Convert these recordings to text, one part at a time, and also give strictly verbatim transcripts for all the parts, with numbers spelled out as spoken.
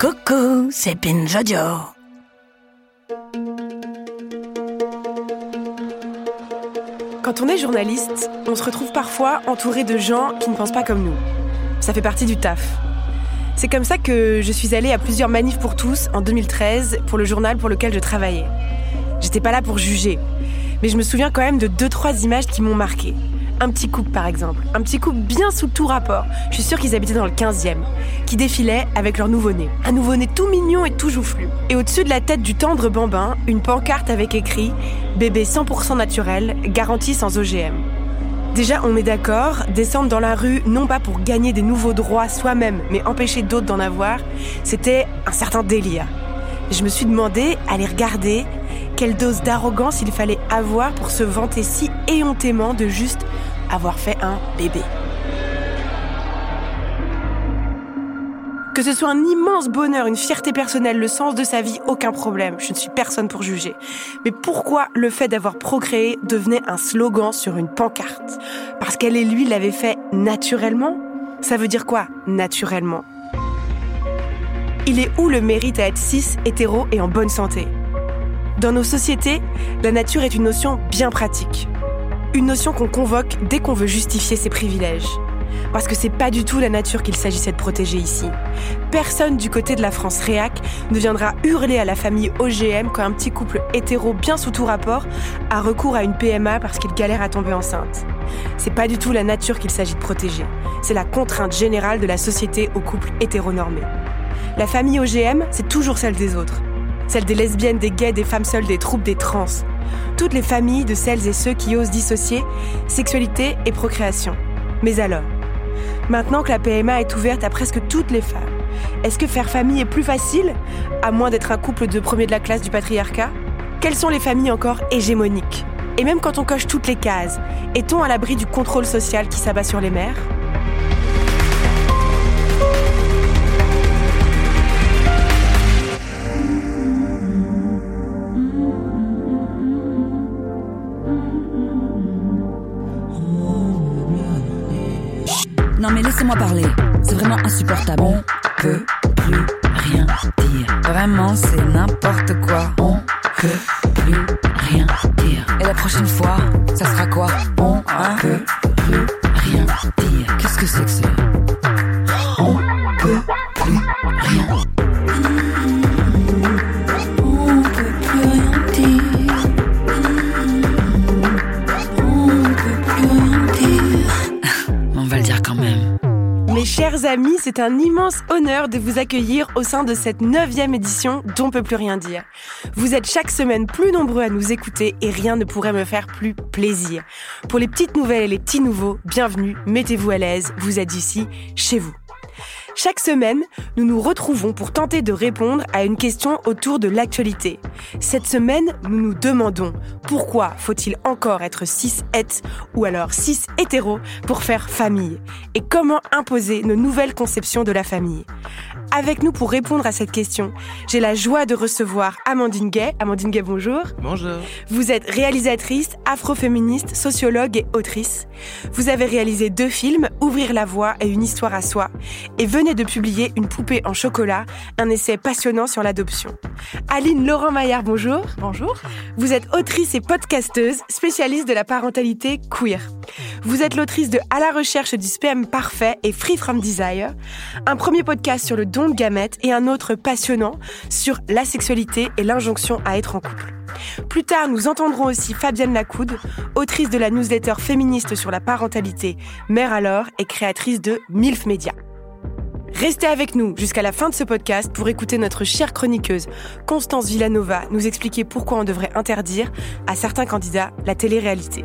Coucou, c'est Pin Jojo. Quand on est journaliste, on se retrouve parfois entouré de gens qui ne pensent pas comme nous. Ça fait partie du taf. C'est comme ça que je suis allée à plusieurs manifs pour tous en deux mille treize pour le journal pour lequel je travaillais. J'étais pas là pour juger, mais je me souviens quand même de deux, trois images qui m'ont marquée. Un petit couple par exemple, un petit couple bien sous tout rapport, je suis sûre qu'ils habitaient dans le quinzième, qui défilait avec leur nouveau-né. Un nouveau-né tout mignon et tout joufflu. Et au-dessus de la tête du tendre bambin, une pancarte avec écrit « Bébé cent pour cent naturel, garantie sans O G M ». Déjà, on est d'accord, descendre dans la rue, non pas pour gagner des nouveaux droits soi-même, mais empêcher d'autres d'en avoir, c'était un certain délire. Et je me suis demandé, à les regarder, quelle dose d'arrogance il fallait avoir pour se vanter si éhontément de juste avoir fait un bébé. Que ce soit un immense bonheur, une fierté personnelle, le sens de sa vie, aucun problème. Je ne suis personne pour juger. Mais pourquoi le fait d'avoir procréé devenait un slogan sur une pancarte ? Parce qu'elle et lui l'avaient fait naturellement ? Ça veut dire quoi, naturellement ? Il est où le mérite à être cis, hétéro et en bonne santé ? Dans nos sociétés, la nature est une notion bien pratique. Une notion qu'on convoque dès qu'on veut justifier ses privilèges. Parce que c'est pas du tout la nature qu'il s'agissait de protéger ici. Personne du côté de la France réac ne viendra hurler à la famille O G M quand un petit couple hétéro bien sous tout rapport a recours à une P M A parce qu'il galère à tomber enceinte. C'est pas du tout la nature qu'il s'agit de protéger. C'est la contrainte générale de la société aux couples hétéronormés. La famille O G M, c'est toujours celle des autres. Celle des lesbiennes, des gays, des femmes seules, des troupes, des trans. Toutes les familles de celles et ceux qui osent dissocier sexualité et procréation. Mais alors ? Maintenant que la P M A est ouverte à presque toutes les femmes, est-ce que faire famille est plus facile, à moins d'être un couple de premier de la classe du patriarcat ? Quelles sont les familles encore hégémoniques ? Et même quand on coche toutes les cases, est-on à l'abri du contrôle social qui s'abat sur les mères ? Non mais laissez-moi parler, c'est vraiment insupportable. On peut plus rien dire. Vraiment, c'est n'importe quoi. On peut plus rien dire. Et la prochaine fois, ça sera quoi ? On hein peut plus rien dire. Qu'est-ce que c'est que ça ? On peut plus rien. On peut plus rien dire. On peut plus rien dire. On va le dire quand même. Mes chers amis, c'est un immense honneur de vous accueillir au sein de cette neuvième édition d'On peut plus rien dire. Vous êtes chaque semaine plus nombreux à nous écouter et rien ne pourrait me faire plus plaisir. Pour les petites nouvelles et les petits nouveaux, bienvenue, mettez-vous à l'aise, vous êtes ici, chez vous. Chaque semaine, nous nous retrouvons pour tenter de répondre à une question autour de l'actualité. Cette semaine, nous nous demandons pourquoi faut-il encore être cis-het ou alors cis-hétéro pour faire famille ? Et comment imposer nos nouvelles conceptions de la famille ? Avec nous pour répondre à cette question, j'ai la joie de recevoir Amandine Gay. Amandine Gay, bonjour. Bonjour. Vous êtes réalisatrice, afroféministe, sociologue et autrice. Vous avez réalisé deux films, Ouvrir la voie et Une histoire à soi, et venez de publier Une poupée en chocolat, un essai passionnant sur l'adoption. Aline Laurent-Maillard, bonjour. Bonjour. Vous êtes autrice et podcasteuse, spécialiste de la parentalité queer. Vous êtes l'autrice de À la recherche du sperme parfait et Free from Desire, un premier podcast sur le don de gamètes et un autre passionnant sur la sexualité et l'injonction à être en couple. Plus tard, nous entendrons aussi Fabienne Lacoude, autrice de la newsletter féministe sur la parentalité Mère alors et créatrice de MILF Média. Restez avec nous jusqu'à la fin de ce podcast pour écouter notre chère chroniqueuse Constance Villanova nous expliquer pourquoi on devrait interdire à certains candidats la télé-réalité.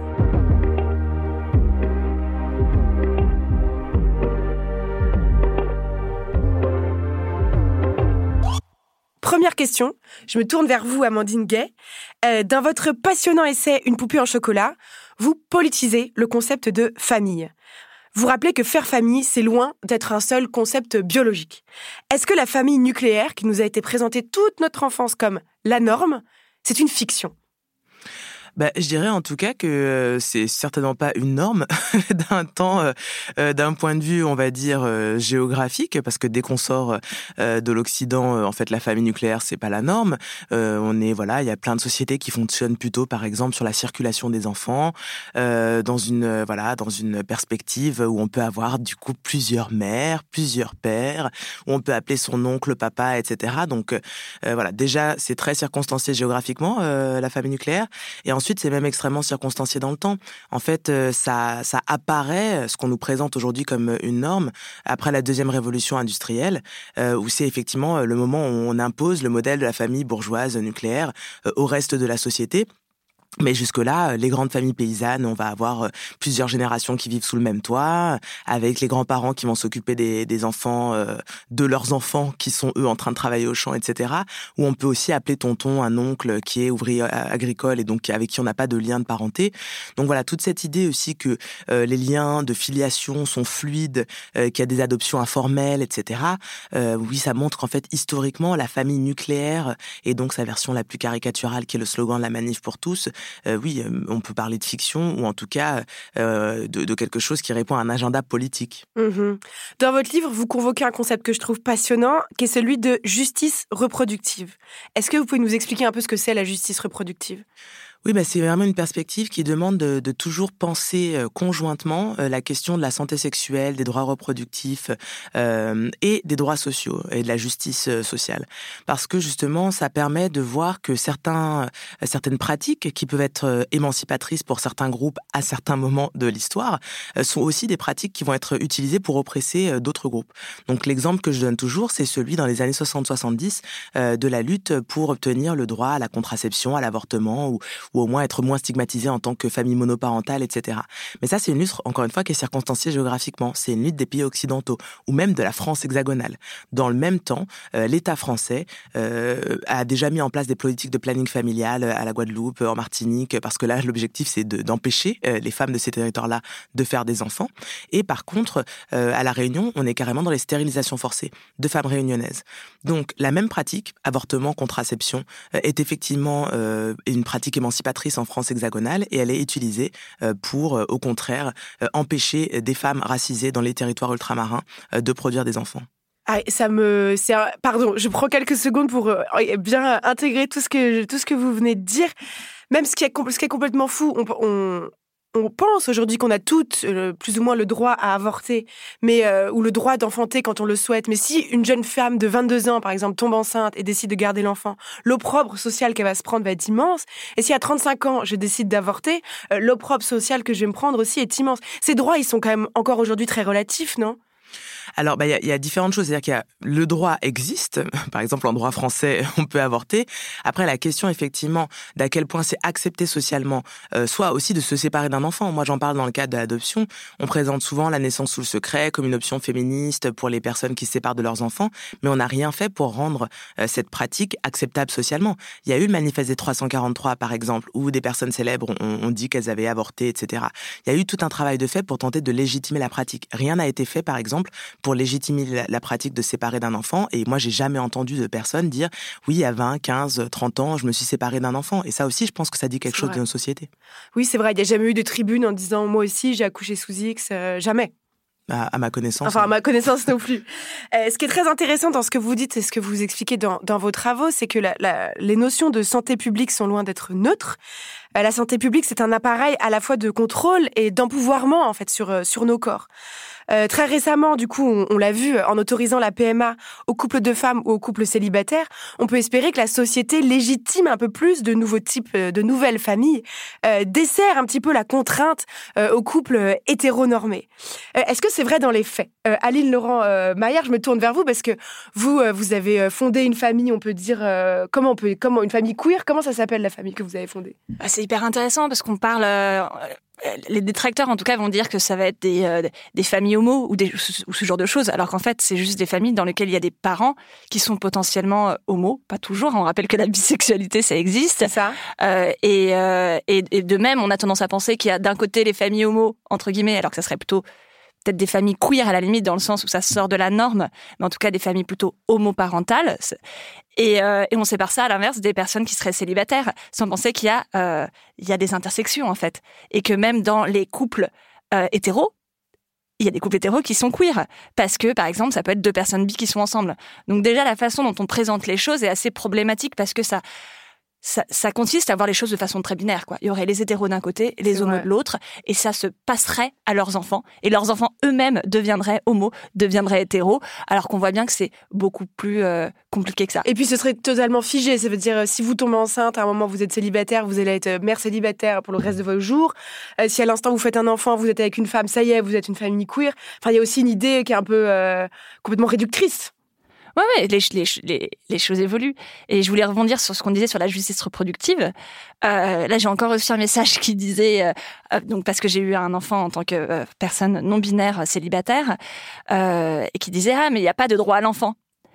Première question, je me tourne vers vous, Amandine Gay. Euh, dans votre passionnant essai « Une poupée en chocolat », vous politisez le concept de famille. Vous rappelez que faire famille, c'est loin d'être un seul concept biologique. Est-ce que la famille nucléaire, qui nous a été présentée toute notre enfance comme la norme, c'est une fiction ? Bah, je dirais en tout cas que euh, c'est certainement pas une norme d'un temps, euh, euh, d'un point de vue, on va dire, euh, géographique, parce que dès qu'on sort euh, de l'Occident, euh, en fait, la famille nucléaire, c'est pas la norme. Euh, on est, voilà, il y a plein de sociétés qui fonctionnent plutôt, par exemple, sur la circulation des enfants, euh, dans une, euh, voilà, dans une perspective où on peut avoir, du coup, plusieurs mères, plusieurs pères, où on peut appeler son oncle, papa, et cetera. Donc, euh, voilà, déjà, c'est très circonstancié géographiquement, euh, la famille nucléaire. Et ensuite, c'est même extrêmement circonstancié dans le temps. En fait, euh, ça, ça apparaît, ce qu'on nous présente aujourd'hui comme une norme, après la deuxième révolution industrielle, euh, où c'est effectivement le moment où on impose le modèle de la famille bourgeoise nucléaire euh, au reste de la société. Mais jusque-là, les grandes familles paysannes, on va avoir plusieurs générations qui vivent sous le même toit, avec les grands-parents qui vont s'occuper des, des enfants, euh, de leurs enfants qui sont eux en train de travailler au champ, et cetera. Où on peut aussi appeler tonton un oncle qui est ouvrier agricole et donc avec qui on n'a pas de lien de parenté. Donc voilà, toute cette idée aussi que euh, les liens de filiation sont fluides, euh, qu'il y a des adoptions informelles, et cetera. Euh, oui, ça montre qu'en fait, historiquement, la famille nucléaire, et donc sa version la plus caricaturale, qui est le slogan de la Manif pour tous, Euh, oui, on peut parler de fiction ou en tout cas euh, de, de quelque chose qui répond à un agenda politique. Mmh. Dans votre livre, vous convoquez un concept que je trouve passionnant, qui est celui de justice reproductive. Est-ce que vous pouvez nous expliquer un peu ce que c'est la justice reproductive ? Oui, bah, c'est vraiment une perspective qui demande de, de toujours penser euh, conjointement euh, la question de la santé sexuelle, des droits reproductifs euh, et des droits sociaux et de la justice euh, sociale. Parce que justement, ça permet de voir que certains, euh, certaines pratiques qui peuvent être euh, émancipatrices pour certains groupes à certains moments de l'histoire euh, sont aussi des pratiques qui vont être utilisées pour oppresser euh, d'autres groupes. Donc l'exemple que je donne toujours, c'est celui dans les années soixante soixante-dix euh, de la lutte pour obtenir le droit à la contraception, à l'avortement ou ou au moins être moins stigmatisé en tant que famille monoparentale, et cetera. Mais ça, c'est une lutte, encore une fois, qui est circonstanciée géographiquement. C'est une lutte des pays occidentaux, ou même de la France hexagonale. Dans le même temps, euh, l'État français euh, a déjà mis en place des politiques de planning familial à la Guadeloupe, en Martinique, parce que là, l'objectif, c'est de, d'empêcher euh, les femmes de ces territoires-là de faire des enfants. Et par contre, euh, à La Réunion, on est carrément dans les stérilisations forcées de femmes réunionnaises. Donc, la même pratique, avortement, contraception, euh, est effectivement euh, une pratique émancipatrice en France hexagonale et elle est utilisée pour, au contraire, empêcher des femmes racisées dans les territoires ultramarins de produire des enfants. Ah, ça me, c'est un, pardon, je prends quelques secondes pour euh, bien intégrer tout ce que tout ce que vous venez de dire. Même ce qui est, ce qui est complètement fou, on, on On pense aujourd'hui qu'on a toutes euh, plus ou moins le droit à avorter, mais euh, ou le droit d'enfanter quand on le souhaite. Mais si une jeune femme de vingt-deux ans, par exemple, tombe enceinte et décide de garder l'enfant, l'opprobre social qu'elle va se prendre va être immense. Et si à trente-cinq ans, je décide d'avorter, euh, l'opprobre social que je vais me prendre aussi est immense. Ces droits, ils sont quand même encore aujourd'hui très relatifs, non ? Alors, bah, il y a, y a différentes choses. C'est-à-dire qu'il y a le droit existe. Par exemple, en droit français, on peut avorter. Après, la question, effectivement, d'à quel point c'est accepté socialement, euh, soit aussi de se séparer d'un enfant. Moi, j'en parle dans le cadre de l'adoption. On présente souvent la naissance sous le secret comme une option féministe pour les personnes qui se séparent de leurs enfants, mais on n'a rien fait pour rendre euh, cette pratique acceptable socialement. Il y a eu le manifeste des trois cent quarante-trois, par exemple, où des personnes célèbres ont, ont dit qu'elles avaient avorté, et cetera. Il y a eu tout un travail de fait pour tenter de légitimer la pratique. Rien n'a été fait, par exemple, pour légitimer la, la pratique de séparer d'un enfant. Et moi, j'ai jamais entendu de personne dire « oui, à vingt, quinze, trente ans, je me suis séparée d'un enfant ». Et ça aussi, je pense que ça dit quelque c'est chose vrai. De nos sociétés. Oui, c'est vrai. Il n'y a jamais eu de tribune en disant « moi aussi, j'ai accouché sous X euh, ». Jamais. À, à ma connaissance. Enfin, à ma connaissance non plus. Euh, ce qui est très intéressant dans ce que vous dites et ce que vous expliquez dans, dans vos travaux, c'est que la, la, les notions de santé publique sont loin d'être neutres. Euh, la santé publique, c'est un appareil à la fois de contrôle et d'empouvoirment, en fait, sur, euh, sur nos corps. Euh, très récemment, du coup, on, on l'a vu, en autorisant la P M A aux couples de femmes ou aux couples célibataires, on peut espérer que la société légitime un peu plus de nouveaux types, de nouvelles familles, euh, dessert un petit peu la contrainte euh, aux couples hétéronormés. Euh, est-ce que c'est vrai dans les faits ? euh, Aline Laurent-Maillard, je me tourne vers vous parce que vous, euh, vous avez fondé une famille, on peut dire, euh, comment on peut, comment, une famille queer, comment ça s'appelle la famille que vous avez fondée ? Ah, c'est hyper intéressant parce qu'on parle... Euh... Les détracteurs, en tout cas, vont dire que ça va être des, euh, des familles homo ou, des, ou ce genre de choses, alors qu'en fait, c'est juste des familles dans lesquelles il y a des parents qui sont potentiellement homo, pas toujours. On rappelle que la bisexualité, ça existe. C'est ça. Euh, et, euh, et, et de même, on a tendance à penser qu'il y a d'un côté les familles homo, entre guillemets, alors que ça serait plutôt peut-être des familles queer à la limite, dans le sens où ça sort de la norme, mais en tout cas des familles plutôt homoparentales. Et, euh, et on sépare ça à l'inverse des personnes qui seraient célibataires, sans penser qu'il y a, euh, il y a des intersections en fait. Et que même dans les couples euh, hétéros, il y a des couples hétéros qui sont queer, parce que, par exemple, ça peut être deux personnes bi qui sont ensemble. Donc déjà, la façon dont on présente les choses est assez problématique, parce que ça, ça, ça consiste à voir les choses de façon très binaire, quoi. Il y aurait les hétéros d'un côté et les C'est homos vrai. de l'autre, et ça se passerait à leurs enfants, et leurs enfants eux-mêmes deviendraient homos, deviendraient hétéros, alors qu'on voit bien que c'est beaucoup plus euh, compliqué que ça. Et puis ce serait totalement figé, ça veut dire euh, si vous tombez enceinte, à un moment vous êtes célibataire, vous allez être euh, mère célibataire pour le reste de vos jours. Euh, si à l'instant vous faites un enfant, vous êtes avec une femme, ça y est, vous êtes une famille queer. Enfin, il y a aussi une idée qui est un peu euh, complètement réductrice. Ouais, ouais, les, les, les, les choses évoluent. Et je voulais rebondir sur ce qu'on disait sur la justice reproductive. Euh, là, j'ai encore reçu un message qui disait, euh, euh, donc parce que j'ai eu un enfant en tant que euh, personne non binaire célibataire, euh, et qui disait ah mais il n'y a pas de droit à l'enfant.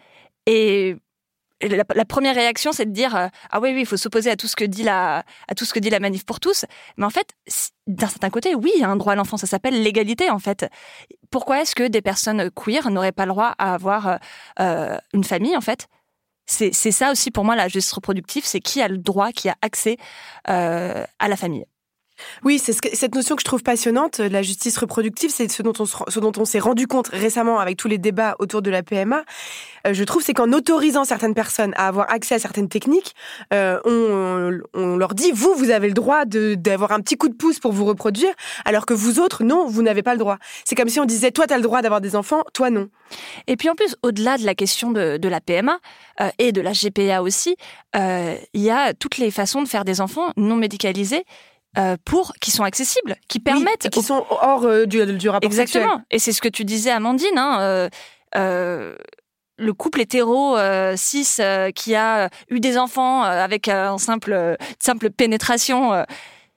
Et la, la première réaction, c'est de dire euh, ah oui oui, il faut s'opposer à tout ce que dit la à tout ce que dit la Manif pour tous. Mais en fait, d'un certain côté, oui, il y a un droit à l'enfant. Ça s'appelle l'égalité en fait. Pourquoi est-ce que des personnes queer n'auraient pas le droit à avoir euh, une famille en fait? C'est, c'est ça aussi pour moi la justice reproductive, c'est qui a le droit, qui a accès euh, à la famille. Oui, c'est ce que, cette notion que je trouve passionnante, la justice reproductive, c'est ce dont on, se, ce dont on s'est rendu compte récemment avec tous les débats autour de la P M A. Euh, je trouve c'est qu'en autorisant certaines personnes à avoir accès à certaines techniques, euh, on, on leur dit vous, vous avez le droit de, d'avoir un petit coup de pouce pour vous reproduire, alors que vous autres, non, vous n'avez pas le droit. C'est comme si on disait toi, t'as le droit d'avoir des enfants, toi, non. Et puis en plus, au-delà de la question de, de la P M A euh, et de la G P A aussi, euh, il y a toutes les façons de faire des enfants non médicalisés. Euh, pour qui sont accessibles, qui permettent, oui, qui sont hors euh, du, du rapport exactement. Sexuel. Et c'est ce que tu disais, Amandine. Hein, euh, euh, le couple hétéro euh, cis euh, qui a eu des enfants euh, avec euh, une simple euh, simple pénétration euh,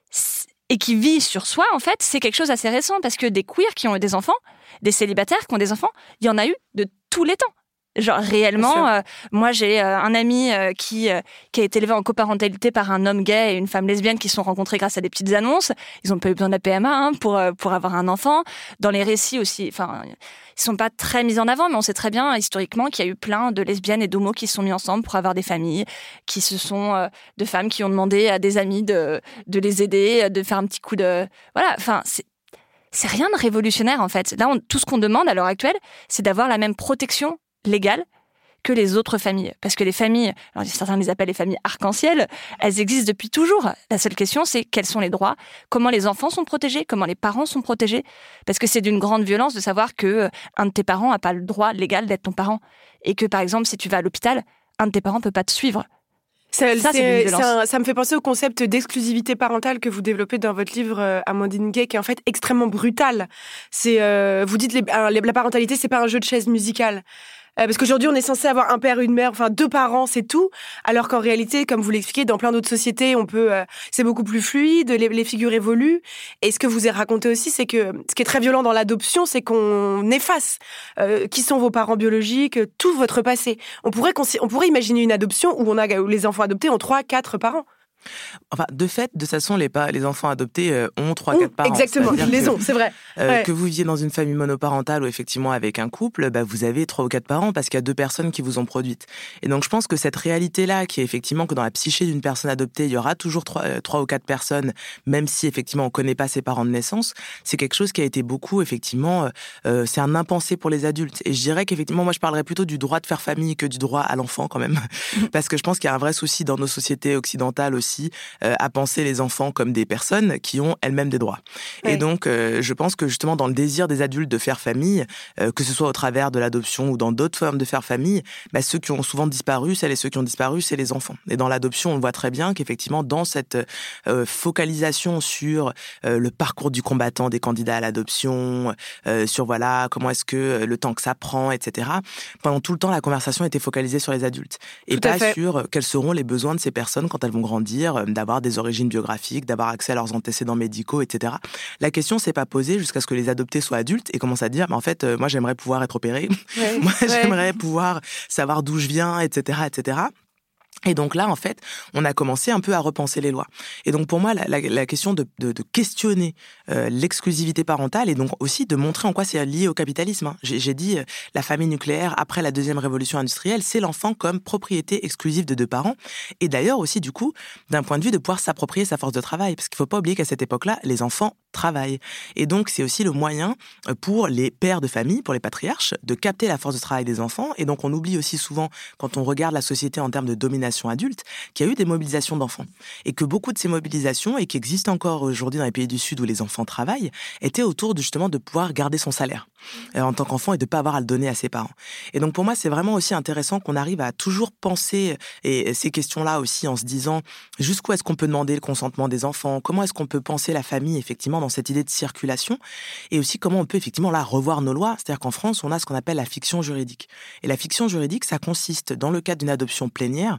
et qui vit sur soi, en fait, c'est quelque chose d'assez récent parce que des queers qui ont eu des enfants, des célibataires qui ont des enfants, il y en a eu de tous les temps. Genre réellement, euh, moi j'ai euh, un ami euh, qui euh, qui a été élevé en coparentalité par un homme gay et une femme lesbienne qui se sont rencontrés grâce à des petites annonces. Ils ont pas eu besoin de la P M A hein, pour euh, pour avoir un enfant. Dans les récits aussi, enfin ils sont pas très mis en avant, mais on sait très bien historiquement qu'il y a eu plein de lesbiennes et d'homos qui se sont mis ensemble pour avoir des familles, qui se sont euh, de femmes qui ont demandé à des amis de de les aider, de faire un petit coup de voilà. Enfin c'est c'est rien de révolutionnaire en fait. Là, on, tout ce qu'on demande à l'heure actuelle, c'est d'avoir la même protection légales que les autres familles. Parce que les familles, alors certains les appellent les familles arc-en-ciel, elles existent depuis toujours. La seule question, c'est quels sont les droits, comment les enfants sont protégés, comment les parents sont protégés. Parce que c'est d'une grande violence de savoir que un de tes parents n'a pas le droit légal d'être ton parent. Et que, par exemple, si tu vas à l'hôpital, un de tes parents peut pas te suivre. Ça, ça, c'est, c'est un, ça me fait penser au concept d'exclusivité parentale que vous développez dans votre livre euh, Amandine Gay, qui est en fait extrêmement brutal. C'est, euh, vous dites les, les, la parentalité, c'est pas un jeu de chaises musicales. Euh, parce qu'aujourd'hui, on est censé avoir un père, une mère, enfin deux parents, c'est tout. Alors qu'en réalité, comme vous l'expliquez, dans plein d'autres sociétés, on peut, euh, c'est beaucoup plus fluide, les, les figures évoluent. Et ce que vous avez raconté aussi, c'est que ce qui est très violent dans l'adoption, c'est qu'on efface euh, qui sont vos parents biologiques, tout votre passé. On pourrait, on pourrait imaginer une adoption où on a où les enfants adoptés ont trois, quatre parents. Enfin, de fait, de toute façon, les, pa- les enfants adoptés euh, ont trois, quatre parents. Exactement, ils les ont, c'est vrai. Euh, ouais. Que vous viviez dans une famille monoparentale ou effectivement avec un couple, bah, vous avez trois ou quatre parents parce qu'il y a deux personnes qui vous ont produites. Et donc, je pense que cette réalité-là, qui est effectivement que dans la psyché d'une personne adoptée, il y aura toujours trois, euh, trois ou quatre personnes, même si effectivement on connaît pas ses parents de naissance, c'est quelque chose qui a été beaucoup, effectivement, euh, c'est un impensé pour les adultes. Et je dirais qu'effectivement, moi, je parlerais plutôt du droit de faire famille que du droit à l'enfant quand même. Parce que je pense qu'il y a un vrai souci dans nos sociétés occidentales aussi, Euh, à penser les enfants comme des personnes qui ont elles-mêmes des droits. Oui. Et donc, euh, je pense que justement, dans le désir des adultes de faire famille, euh, que ce soit au travers de l'adoption ou dans d'autres formes de faire famille, bah, ceux qui ont souvent disparu, celles et ceux qui ont disparu, c'est les enfants. Et dans l'adoption, on voit très bien qu'effectivement, dans cette euh, focalisation sur euh, le parcours du combattant des candidats à l'adoption, euh, sur voilà comment est-ce que euh, le temps que ça prend, et cetera. Pendant tout le temps, la conversation était focalisée sur les adultes et tout pas sur euh, quels seront les besoins de ces personnes quand elles vont grandir, euh, d'avoir des origines biographiques, d'avoir accès à leurs antécédents médicaux, et cetera. La question s'est pas posée jusqu'à ce que les adoptés soient adultes et commencent à dire, mais en fait, euh, moi j'aimerais pouvoir être opéré, ouais, moi ouais. j'aimerais pouvoir savoir d'où je viens, et cetera, et cetera. Et donc là, en fait, on a commencé un peu à repenser les lois. Et donc pour moi, la, la, la question de, de, de questionner euh, l'exclusivité parentale et donc aussi de montrer en quoi c'est lié au capitalisme. Hein. J'ai, j'ai dit, euh, la famille nucléaire, après la deuxième révolution industrielle, c'est l'enfant comme propriété exclusive de deux parents. Et d'ailleurs aussi, du coup, d'un point de vue de pouvoir s'approprier sa force de travail. Parce qu'il ne faut pas oublier qu'à cette époque-là, les enfants travaillent. Et donc, c'est aussi le moyen pour les pères de famille, pour les patriarches, de capter la force de travail des enfants. Et donc, on oublie aussi souvent, quand on regarde la société en termes de domination adulte, qu'il y a eu des mobilisations d'enfants. Et que beaucoup de ces mobilisations, et qui existent encore aujourd'hui dans les pays du Sud où les enfants travaillent, étaient autour de, justement de pouvoir garder son salaire euh, en tant qu'enfant et de ne pas avoir à le donner à ses parents. Et donc pour moi, c'est vraiment aussi intéressant qu'on arrive à toujours penser et ces questions-là aussi en se disant jusqu'où est-ce qu'on peut demander le consentement des enfants, comment est-ce qu'on peut penser la famille effectivement dans cette idée de circulation, et aussi comment on peut effectivement là revoir nos lois. C'est-à-dire qu'en France, on a ce qu'on appelle la fiction juridique. Et la fiction juridique, ça consiste, dans le cadre d'une adoption plénière,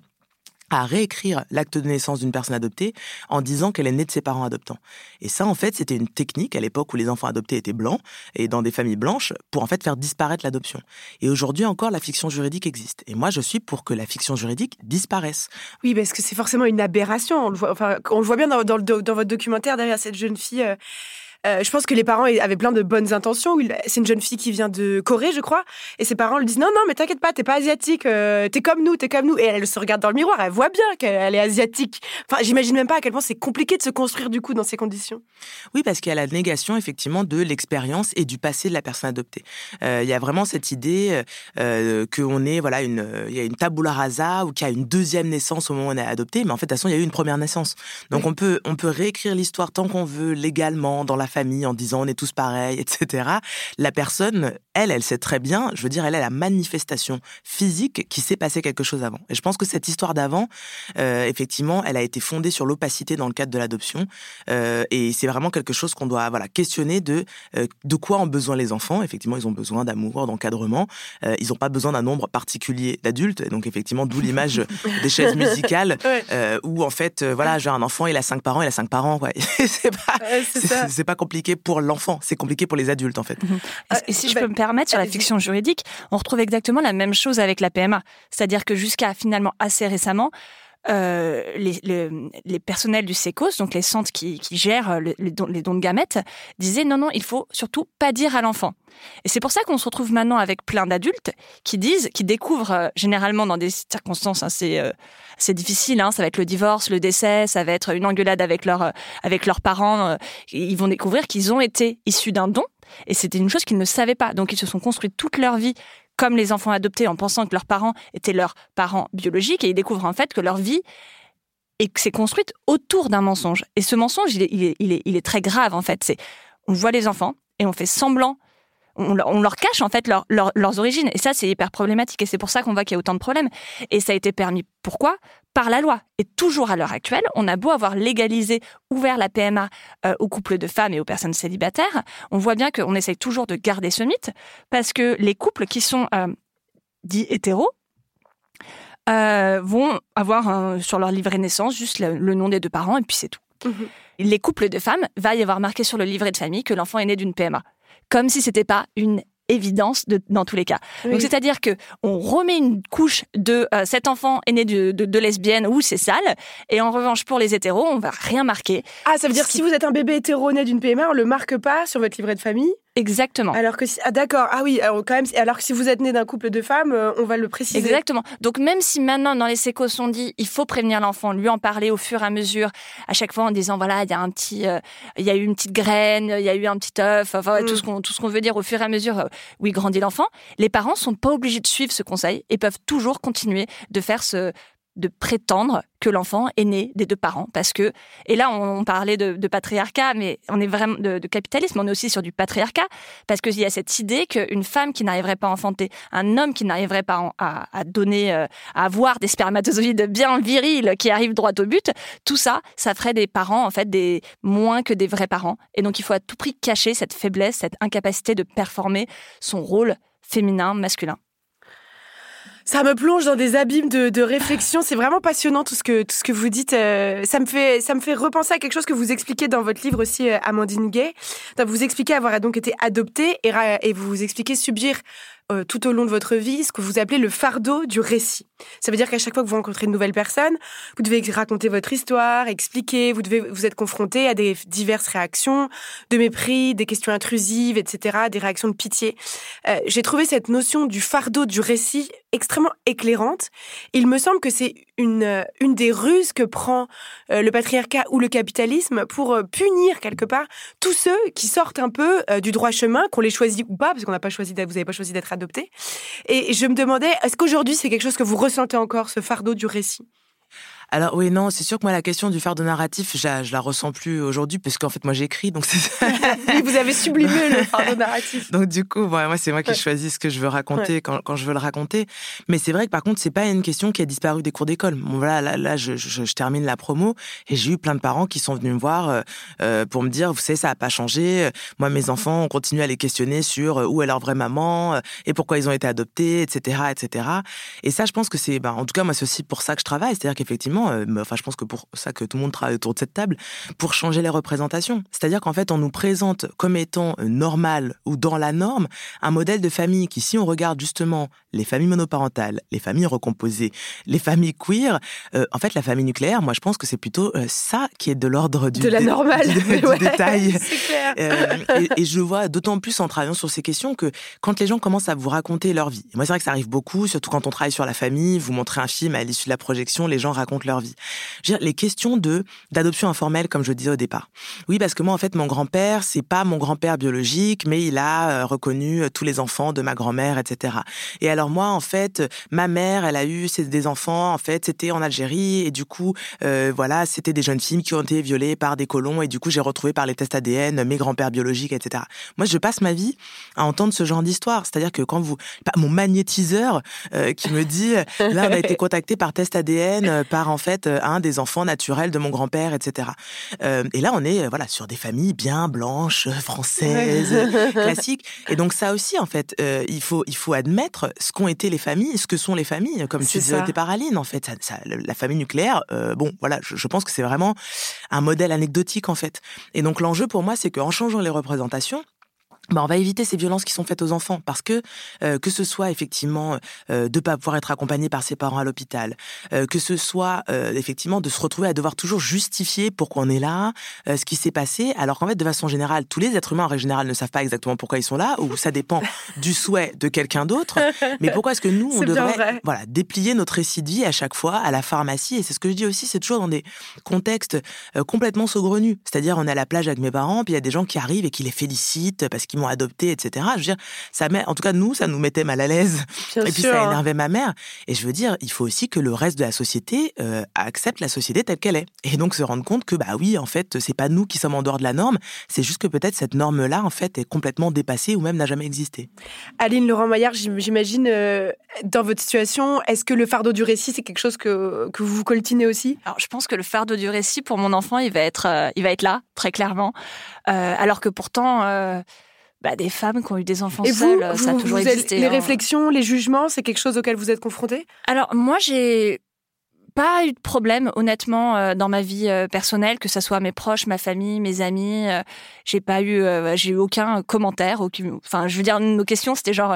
à réécrire l'acte de naissance d'une personne adoptée en disant qu'elle est née de ses parents adoptants. Et ça, en fait, c'était une technique à l'époque où les enfants adoptés étaient blancs et dans des familles blanches pour en fait faire disparaître l'adoption. Et aujourd'hui encore, la fiction juridique existe. Et moi, je suis pour que la fiction juridique disparaisse. Oui, parce que c'est forcément une aberration. On le voit, enfin, on le voit bien dans, dans, le, dans votre documentaire derrière cette jeune fille. Euh... Euh, je pense que les parents avaient plein de bonnes intentions. C'est une jeune fille qui vient de Corée, je crois, et ses parents lui disent non, non, mais t'inquiète pas, t'es pas asiatique, euh, t'es comme nous, t'es comme nous. Et elle se regarde dans le miroir, elle voit bien qu'elle est asiatique. Enfin, j'imagine même pas à quel point c'est compliqué de se construire du coup dans ces conditions. Oui, parce qu'il y a la négation effectivement de l'expérience et du passé de la personne adoptée. Euh, il y a vraiment cette idée euh, qu'on est voilà une, il y a une tabula rasa ou qu'il y a une deuxième naissance au moment où on est adopté, mais en fait de toute façon il y a eu une première naissance. Donc oui. on peut on peut réécrire l'histoire tant qu'on veut légalement dans la famille en disant on est tous pareils, et cetera. La personne, elle, elle sait très bien, je veux dire, elle a la manifestation physique qu'il s'est passé quelque chose avant. Et je pense que cette histoire d'avant, euh, effectivement, elle a été fondée sur l'opacité dans le cadre de l'adoption. Euh, et c'est vraiment quelque chose qu'on doit voilà, questionner de, euh, de quoi ont besoin les enfants. Effectivement, ils ont besoin d'amour, d'encadrement. Euh, ils n'ont pas besoin d'un nombre particulier d'adultes. Donc, effectivement, d'où l'image des chaises musicales ouais. euh, où, en fait, euh, voilà, j'ai un enfant, il a cinq parents, il a cinq parents. Ouais. c'est, pas, ouais, c'est, c'est, c'est pas compliqué pour l'enfant, c'est compliqué pour les adultes en fait. Mmh. Et si je peux me permettre, sur la fiction juridique, on retrouve exactement la même chose avec la P M A. C'est-à-dire que jusqu'à finalement assez récemment, euh, les, les, les personnels du Sécos, donc les centres qui, qui gèrent les, les, dons, les dons de gamètes, disaient non, non, il faut surtout pas dire à l'enfant. Et c'est pour ça qu'on se retrouve maintenant avec plein d'adultes qui disent, qui découvrent euh, généralement dans des circonstances assez, euh, assez difficiles, hein, ça va être le divorce, le décès, ça va être une engueulade avec, leur, euh, avec leurs parents, euh, ils vont découvrir qu'ils ont été issus d'un don, et c'était une chose qu'ils ne savaient pas. Donc ils se sont construits toute leur vie comme les enfants adoptés en pensant que leurs parents étaient leurs parents biologiques, et ils découvrent en fait que leur vie s'est construite autour d'un mensonge. Et ce mensonge, il est, il est, il est, il est très grave en fait. C'est, on voit les enfants et on fait semblant, on, on leur cache en fait leur, leur, leurs origines. Et ça, c'est hyper problématique. Et c'est pour ça qu'on voit qu'il y a autant de problèmes. Et ça a été permis, pourquoi ? Par la loi. Et toujours à l'heure actuelle, on a beau avoir légalisé, ouvert la P M A euh, aux couples de femmes et aux personnes célibataires, on voit bien qu'on essaye toujours de garder ce mythe, parce que les couples qui sont euh, dits hétéros euh, vont avoir euh, sur leur livret de naissance juste le, le nom des deux parents et puis c'est tout. Mmh. Les couples de femmes, va y avoir marqué sur le livret de famille que l'enfant est né d'une P M A, comme si c'était pas une évidence de, dans tous les cas. Oui. Donc c'est-à-dire que on remet une couche de euh, cet enfant est né de, de, de lesbienne ou c'est sale, et en revanche pour les hétéros on va rien marquer. Ah, ça veut dire que si vous êtes un bébé hétéro né d'une P M A, on le marque pas sur votre livret de famille? Exactement. Alors que si, ah d'accord, ah oui, alors quand même, alors que si vous êtes né d'un couple de femmes, euh, on va le préciser. Exactement. Donc même si maintenant dans les sécos on dit il faut prévenir l'enfant, lui en parler au fur et à mesure, à chaque fois en disant voilà il y a un petit, euh, il y a eu une petite graine, il y a eu un petit œuf, enfin mm. tout ce qu'on tout ce qu'on veut dire au fur et à mesure euh, où il grandit l'enfant. Les parents sont pas obligés de suivre ce conseil et peuvent toujours continuer de faire ce de prétendre que l'enfant est né des deux parents, parce que, et là on parlait de, de patriarcat, mais on est vraiment de, de capitalisme, on est aussi sur du patriarcat, parce qu'il y a cette idée qu'une femme qui n'arriverait pas à enfanter, un homme qui n'arriverait pas à, à donner, à avoir des spermatozoïdes bien virils qui arrivent droit au but, tout ça, ça ferait des parents en fait des moins que des vrais parents, et donc il faut à tout prix cacher cette faiblesse, cette incapacité de performer son rôle féminin, masculin. Ça me plonge dans des abîmes de, de réflexion. C'est vraiment passionnant tout ce que tout ce que vous dites. Euh, ça me fait ça me fait repenser à quelque chose que vous expliquez dans votre livre aussi, euh, Amandine Gay. Donc, vous expliquez avoir donc été adoptée et, et vous expliquez subir euh, tout au long de votre vie ce que vous appelez le fardeau du récit. Ça veut dire qu'à chaque fois que vous rencontrez une nouvelle personne, vous devez raconter votre histoire, expliquer. Vous devez vous êtes confronté à des diverses réactions de mépris, des questions intrusives, et cetera, des réactions de pitié. Euh, j'ai trouvé cette notion du fardeau du récit extrêmement éclairante. Il me semble que c'est une, une des ruses que prend euh, le patriarcat ou le capitalisme pour euh, punir quelque part tous ceux qui sortent un peu euh, du droit chemin, qu'on les choisit ou pas, parce qu'on n'a pas choisi d'être, vous n'avez pas choisi d'être adopté. Et je me demandais, est-ce qu'aujourd'hui c'est quelque chose que vous ressentez encore, ce fardeau du récit ? Alors oui, non, c'est sûr que moi, la question du fardeau narratif, je la, je la ressens plus aujourd'hui, parce qu'en fait, moi, j'écris, donc c'est... Oui, vous avez sublimé le fardeau narratif. Donc du coup, bon, moi, c'est moi qui ouais. choisis ce que je veux raconter ouais. quand, quand je veux le raconter. Mais c'est vrai que par contre, c'est pas une question qui a disparu des cours d'école. Bon, voilà, là, là je, je, je termine la promo, et j'ai eu plein de parents qui sont venus me voir euh, pour me dire, vous savez, ça a pas changé. Moi, mes enfants, on continue à les questionner sur où est leur vraie maman, et pourquoi ils ont été adoptés, et cetera, et cetera. Et ça, je pense que c'est... Ben, en tout cas, moi, c'est aussi pour ça que je travaille. C'est-à-dire qu'effectivement, enfin, je pense que pour ça que tout le monde travaille autour de cette table, pour changer les représentations. C'est-à-dire qu'en fait, on nous présente comme étant normal ou dans la norme un modèle de famille qui, si on regarde justement les familles monoparentales, les familles recomposées, les familles queer, euh, en fait, la famille nucléaire, moi, je pense que c'est plutôt euh, ça qui est de l'ordre du, de la dé- normale. du, du ouais, détail. C'est clair. Euh, et, et je le vois d'autant plus en travaillant sur ces questions que quand les gens commencent à vous raconter leur vie, et moi, c'est vrai que ça arrive beaucoup, surtout quand on travaille sur la famille, vous montrez un film, à l'issue de la projection, les gens racontent leur vie. Je veux dire, les questions de d'adoption informelle, comme je disais au départ. Oui, parce que moi, en fait, mon grand-père, c'est pas mon grand-père biologique, mais il a euh, reconnu tous les enfants de ma grand-mère, et cetera. Et alors moi, en fait, ma mère, elle a eu des enfants, en fait, c'était en Algérie, et du coup, euh, voilà, c'était des jeunes filles qui ont été violées par des colons, et du coup, j'ai retrouvé par les tests A D N mes grands-pères biologiques, et cetera. Moi, je passe ma vie à entendre ce genre d'histoire. C'est-à-dire que quand vous... Mon magnétiseur euh, qui me dit, là, on a été contacté par test A D N, par, en fait, un des enfants naturels de mon grand-père, et cetera. Euh, et là, on est voilà sur des familles bien blanches, françaises, classiques. Et donc ça aussi, en fait, euh, il faut il faut admettre ce qu'ont été les familles, ce que sont les familles, comme c'est tu disais au départ, Aline. En fait, ça, ça, la famille nucléaire, euh, bon, voilà, je, je pense que c'est vraiment un modèle anecdotique, en fait. Et donc l'enjeu pour moi, c'est qu'en changeant les représentations, bah, on va éviter ces violences qui sont faites aux enfants, parce que euh, que ce soit effectivement euh, de pas pouvoir être accompagné par ses parents à l'hôpital, euh, que ce soit euh, effectivement de se retrouver à devoir toujours justifier pourquoi on est là, euh, ce qui s'est passé, alors qu'en fait de façon générale, tous les êtres humains en règle générale ne savent pas exactement pourquoi ils sont là, ou ça dépend du souhait de quelqu'un d'autre. Mais pourquoi est-ce que nous on c'est devrait voilà déplier notre récit de vie à chaque fois à la pharmacie? Et c'est ce que je dis aussi, c'est toujours dans des contextes euh, complètement saugrenus. C'est-à-dire on est à la plage avec mes parents, puis il y a des gens qui arrivent et qui les félicitent parce qu'ils m'ont adopté, et cetera. Je veux dire, ça met, en tout cas, nous, ça nous mettait mal à l'aise. Bien et puis, sûr, ça énervait hein. ma mère. Et je veux dire, il faut aussi que le reste de la société euh, accepte la société telle qu'elle est. Et donc, se rendre compte que, bah oui, en fait, c'est pas nous qui sommes en dehors de la norme. C'est juste que peut-être cette norme-là, en fait, est complètement dépassée ou même n'a jamais existé. Aline Laurent-Maillard, j'imagine, euh, dans votre situation, est-ce que le fardeau du récit, c'est quelque chose que, que vous coltinez aussi? Alors, je pense que le fardeau du récit, pour mon enfant, il va être, euh, il va être là, très clairement. Euh, alors que pourtant... Euh, Bah, des femmes qui ont eu des enfants et seuls, vous, ça a vous, toujours vous existé. Les hein. réflexions, les jugements, c'est quelque chose auquel vous êtes confrontés? Alors, moi, j'ai pas eu de problème, honnêtement, euh, dans ma vie euh, personnelle, que ça soit mes proches, ma famille, mes amis. Euh, j'ai pas eu, euh, j'ai eu aucun commentaire. Aucun, enfin, je veux dire, nos questions, c'était genre...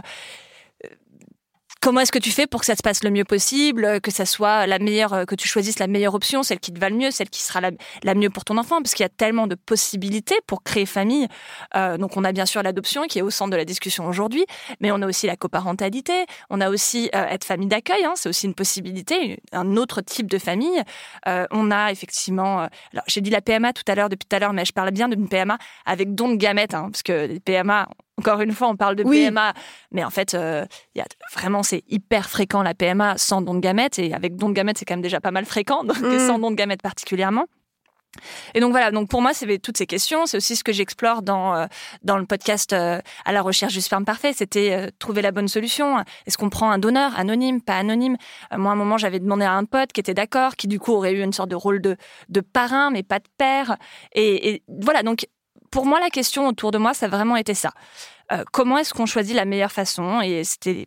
Comment est-ce que tu fais pour que ça se passe le mieux possible, que ça soit la meilleure, que tu choisisses la meilleure option, celle qui te va le mieux, celle qui sera la, la mieux pour ton enfant, parce qu'il y a tellement de possibilités pour créer famille. Euh, donc on a bien sûr l'adoption qui est au centre de la discussion aujourd'hui, mais on a aussi la coparentalité, on a aussi euh, être famille d'accueil, hein, c'est aussi une possibilité, un autre type de famille. Euh, on a effectivement, euh, alors j'ai dit la P M A tout à l'heure, depuis tout à l'heure, mais je parle bien d'une P M A avec don de gamètes, hein, parce que les P M A Encore une fois, on parle de oui. P M A, mais en fait, euh, y a, vraiment, c'est hyper fréquent la P M A sans don de gamètes, et avec don de gamètes, c'est quand même déjà pas mal fréquent, donc mmh. sans don de gamètes particulièrement. Et donc voilà, donc pour moi, c'est toutes ces questions, c'est aussi ce que j'explore dans euh, dans le podcast euh, à la recherche du sperme parfait, c'était euh, trouver la bonne solution. Est-ce qu'on prend un donneur anonyme, pas anonyme? euh, Moi, à un moment, j'avais demandé à un pote qui était d'accord, qui du coup aurait eu une sorte de rôle de de parrain, mais pas de père. Et, et voilà, donc pour moi, la question autour de moi, ça a vraiment été ça. Euh, comment est-ce qu'on choisit la meilleure façon? Et c'était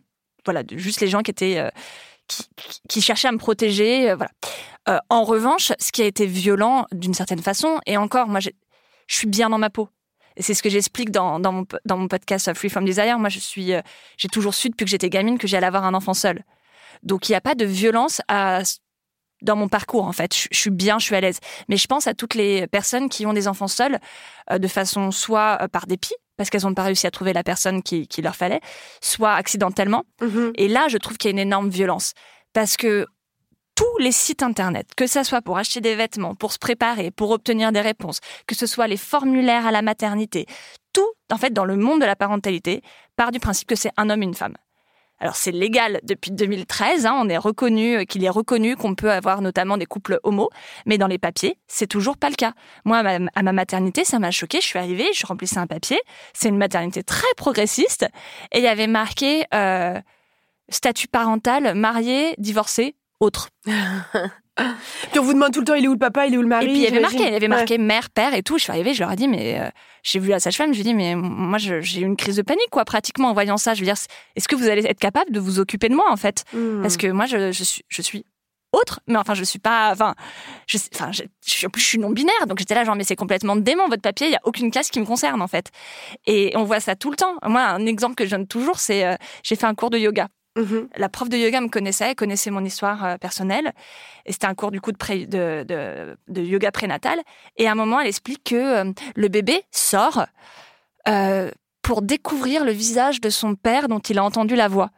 voilà, de juste les gens qui étaient euh, qui, qui cherchaient à me protéger. Euh, voilà. Euh, en revanche, ce qui a été violent d'une certaine façon, et encore, moi, je suis bien dans ma peau. Et c'est ce que j'explique dans, dans, mon, dans mon podcast Free From Desire. Moi, je suis, euh, j'ai toujours su depuis que j'étais gamine que j'allais avoir un enfant seul. Donc, il n'y a pas de violence à, dans mon parcours, en fait. Je, je suis bien, je suis à l'aise. Mais je pense à toutes les personnes qui ont des enfants seuls, euh, de façon soit euh, par dépit, parce qu'elles n'ont pas réussi à trouver la personne qui, qui leur fallait, soit accidentellement. Mmh. Et là, je trouve qu'il y a une énorme violence. Parce que tous les sites internet, que ce soit pour acheter des vêtements, pour se préparer, pour obtenir des réponses, que ce soit les formulaires à la maternité, tout, en fait, dans le monde de la parentalité, part du principe que c'est un homme et une femme. Alors, c'est légal depuis deux mille treize, hein, on est reconnu, qu'il est reconnu qu'on peut avoir notamment des couples homo, mais dans les papiers, c'est toujours pas le cas. Moi, à ma, à ma maternité, ça m'a choquée, je suis arrivée, je remplissais un papier, c'est une maternité très progressiste, et il y avait marqué euh, statut parental, marié, divorcé, autre. Puis on vous demande tout le temps, il est où le papa, il est où le mari? Et puis il y avait marqué, il y avait marqué ouais. mère, père et tout. Je suis arrivée, je leur ai dit, mais euh, j'ai vu la sage-femme, je lui ai dit, mais moi je, j'ai eu une crise de panique, quoi, pratiquement en voyant ça. Je veux dire, est-ce que vous allez être capable de vous occuper de moi, en fait? mmh. Parce que moi, je, je suis, je suis autre, mais enfin, je suis pas, enfin, je, enfin, je, je suis, en plus, je suis non binaire, donc j'étais là, genre, mais c'est complètement dément, votre papier, il y a aucune case qui me concerne, en fait. Et on voit ça tout le temps. Moi, un exemple que je donne toujours, c'est, euh, j'ai fait un cours de yoga. Mmh. La prof de yoga me connaissait, elle connaissait mon histoire euh, personnelle. Et c'était un cours du coup de, pré, de, de, de yoga prénatal. Et à un moment, elle explique que euh, le bébé sort euh, pour découvrir le visage de son père dont il a entendu la voix.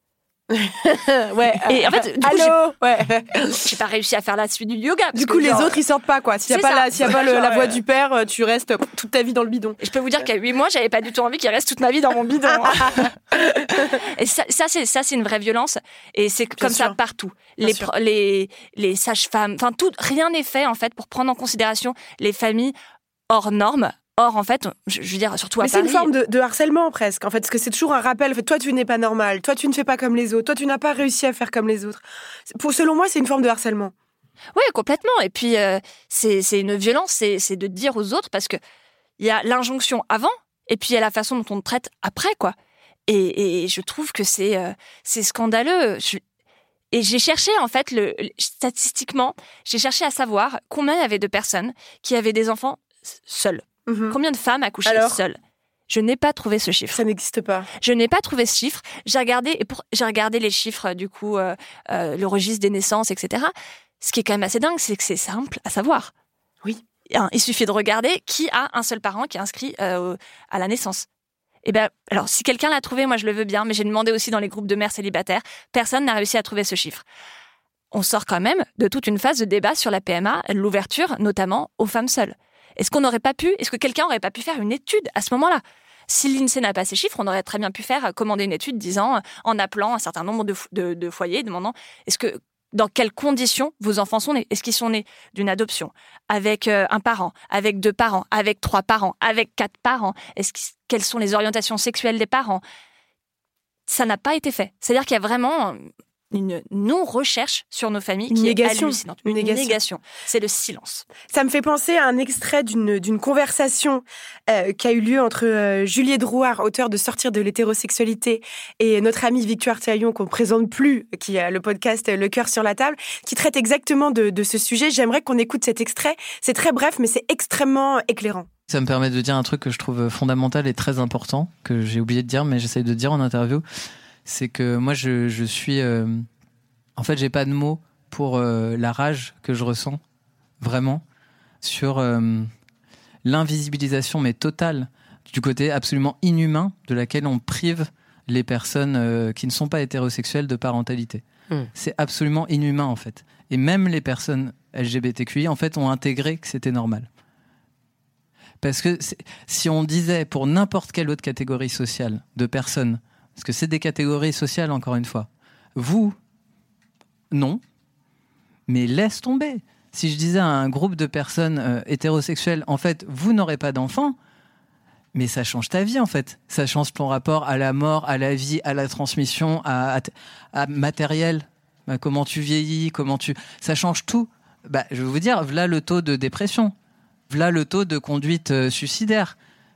ouais. Et en fait, du coup, allô, j'ai, ouais. j'ai pas réussi à faire la suite du yoga. Du coup, les genre, autres ils sortent pas quoi. S'il y a pas ça. la, s'il y a pas le, la voix du père, tu restes toute ta vie dans le bidon. Et je peux vous dire qu'à huit mois, j'avais pas du tout envie qu'il reste toute ma vie dans mon bidon. Hein. Et ça, ça c'est ça, c'est une vraie violence. Et c'est Bien comme sûr. ça partout. Les, les les sages-femmes, enfin tout, rien n'est fait en fait pour prendre en considération les familles hors normes. Or, en fait, je, je veux dire, surtout à Mais Paris... Mais c'est une forme de, de harcèlement, presque, en fait, parce que c'est toujours un rappel. En fait, toi, tu n'es pas normal. Toi, tu ne fais pas comme les autres. Toi, tu n'as pas réussi à faire comme les autres. Pour, selon moi, c'est une forme de harcèlement. Oui, complètement. Et puis, euh, c'est, c'est une violence, c'est, c'est de dire aux autres, parce que il y a l'injonction avant, et puis il y a la façon dont on te traite après, quoi. Et, et je trouve que c'est, euh, c'est scandaleux. Je... Et j'ai cherché, en fait, le, statistiquement, j'ai cherché à savoir combien il y avait de personnes qui avaient des enfants seuls. Mmh. Combien de femmes accouchent seules? Je n'ai pas trouvé ce chiffre. Ça n'existe pas. Je n'ai pas trouvé ce chiffre. J'ai regardé, et pour, j'ai regardé les chiffres, du coup, euh, euh, le registre des naissances, et cetera. Ce qui est quand même assez dingue, c'est que c'est simple à savoir. Oui. Il suffit de regarder qui a un seul parent qui est inscrit euh, à la naissance. Et ben, alors, si quelqu'un l'a trouvé, moi je le veux bien, mais j'ai demandé aussi dans les groupes de mères célibataires, personne n'a réussi à trouver ce chiffre. On sort quand même de toute une phase de débat sur la P M A, l'ouverture notamment aux femmes seules. Est-ce qu'on n'aurait pas pu, est-ce que quelqu'un aurait pas pu faire une étude à ce moment-là? Si l'INSEE n'a pas ces chiffres, on aurait très bien pu faire commander une étude disant, en appelant un certain nombre de, de, de foyers, demandant est-ce que dans quelles conditions vos enfants sont nés? Est-ce qu'ils sont nés d'une adoption, avec euh, un parent, avec deux parents, avec trois parents, avec quatre parents? Est-ce que, quelles sont les orientations sexuelles des parents? Ça n'a pas été fait. C'est-à-dire qu'il y a vraiment une non-recherche sur nos familles une qui négation. est hallucinante. Une, une négation. négation. C'est le silence. Ça me fait penser à un extrait d'une, d'une conversation euh, qui a eu lieu entre euh, Juliette Drouard, auteur de Sortir de l'hétérosexualité, et notre amie Victoire Taillon, qu'on ne présente plus, qui a le podcast Le cœur sur la table, qui traite exactement de, de ce sujet. J'aimerais qu'on écoute cet extrait. C'est très bref, mais c'est extrêmement éclairant. Ça me permet de dire un truc que je trouve fondamental et très important, que j'ai oublié de dire, mais j'essaye de dire en interview. C'est que moi, je, je suis... Euh... En fait, j'ai pas de mots pour euh, la rage que je ressens, vraiment, sur euh, l'invisibilisation, mais totale, du côté absolument inhumain de laquelle on prive les personnes euh, qui ne sont pas hétérosexuelles de parentalité. Mmh. C'est absolument inhumain, en fait. Et même les personnes L G B T Q I, en fait, ont intégré que c'était normal. Parce que si on disait pour n'importe quelle autre catégorie sociale de personnes, parce que c'est des catégories sociales, encore une fois. Vous, non, mais laisse tomber. Si je disais à un groupe de personnes euh, hétérosexuelles, en fait, vous n'aurez pas d'enfants, mais ça change ta vie, en fait. Ça change ton rapport à la mort, à la vie, à la transmission, à, à, à matériel, à comment tu vieillis, comment tu... Ça change tout. Bah, je vais vous dire, voilà le taux de dépression, voilà le taux de conduite euh, suicidaire.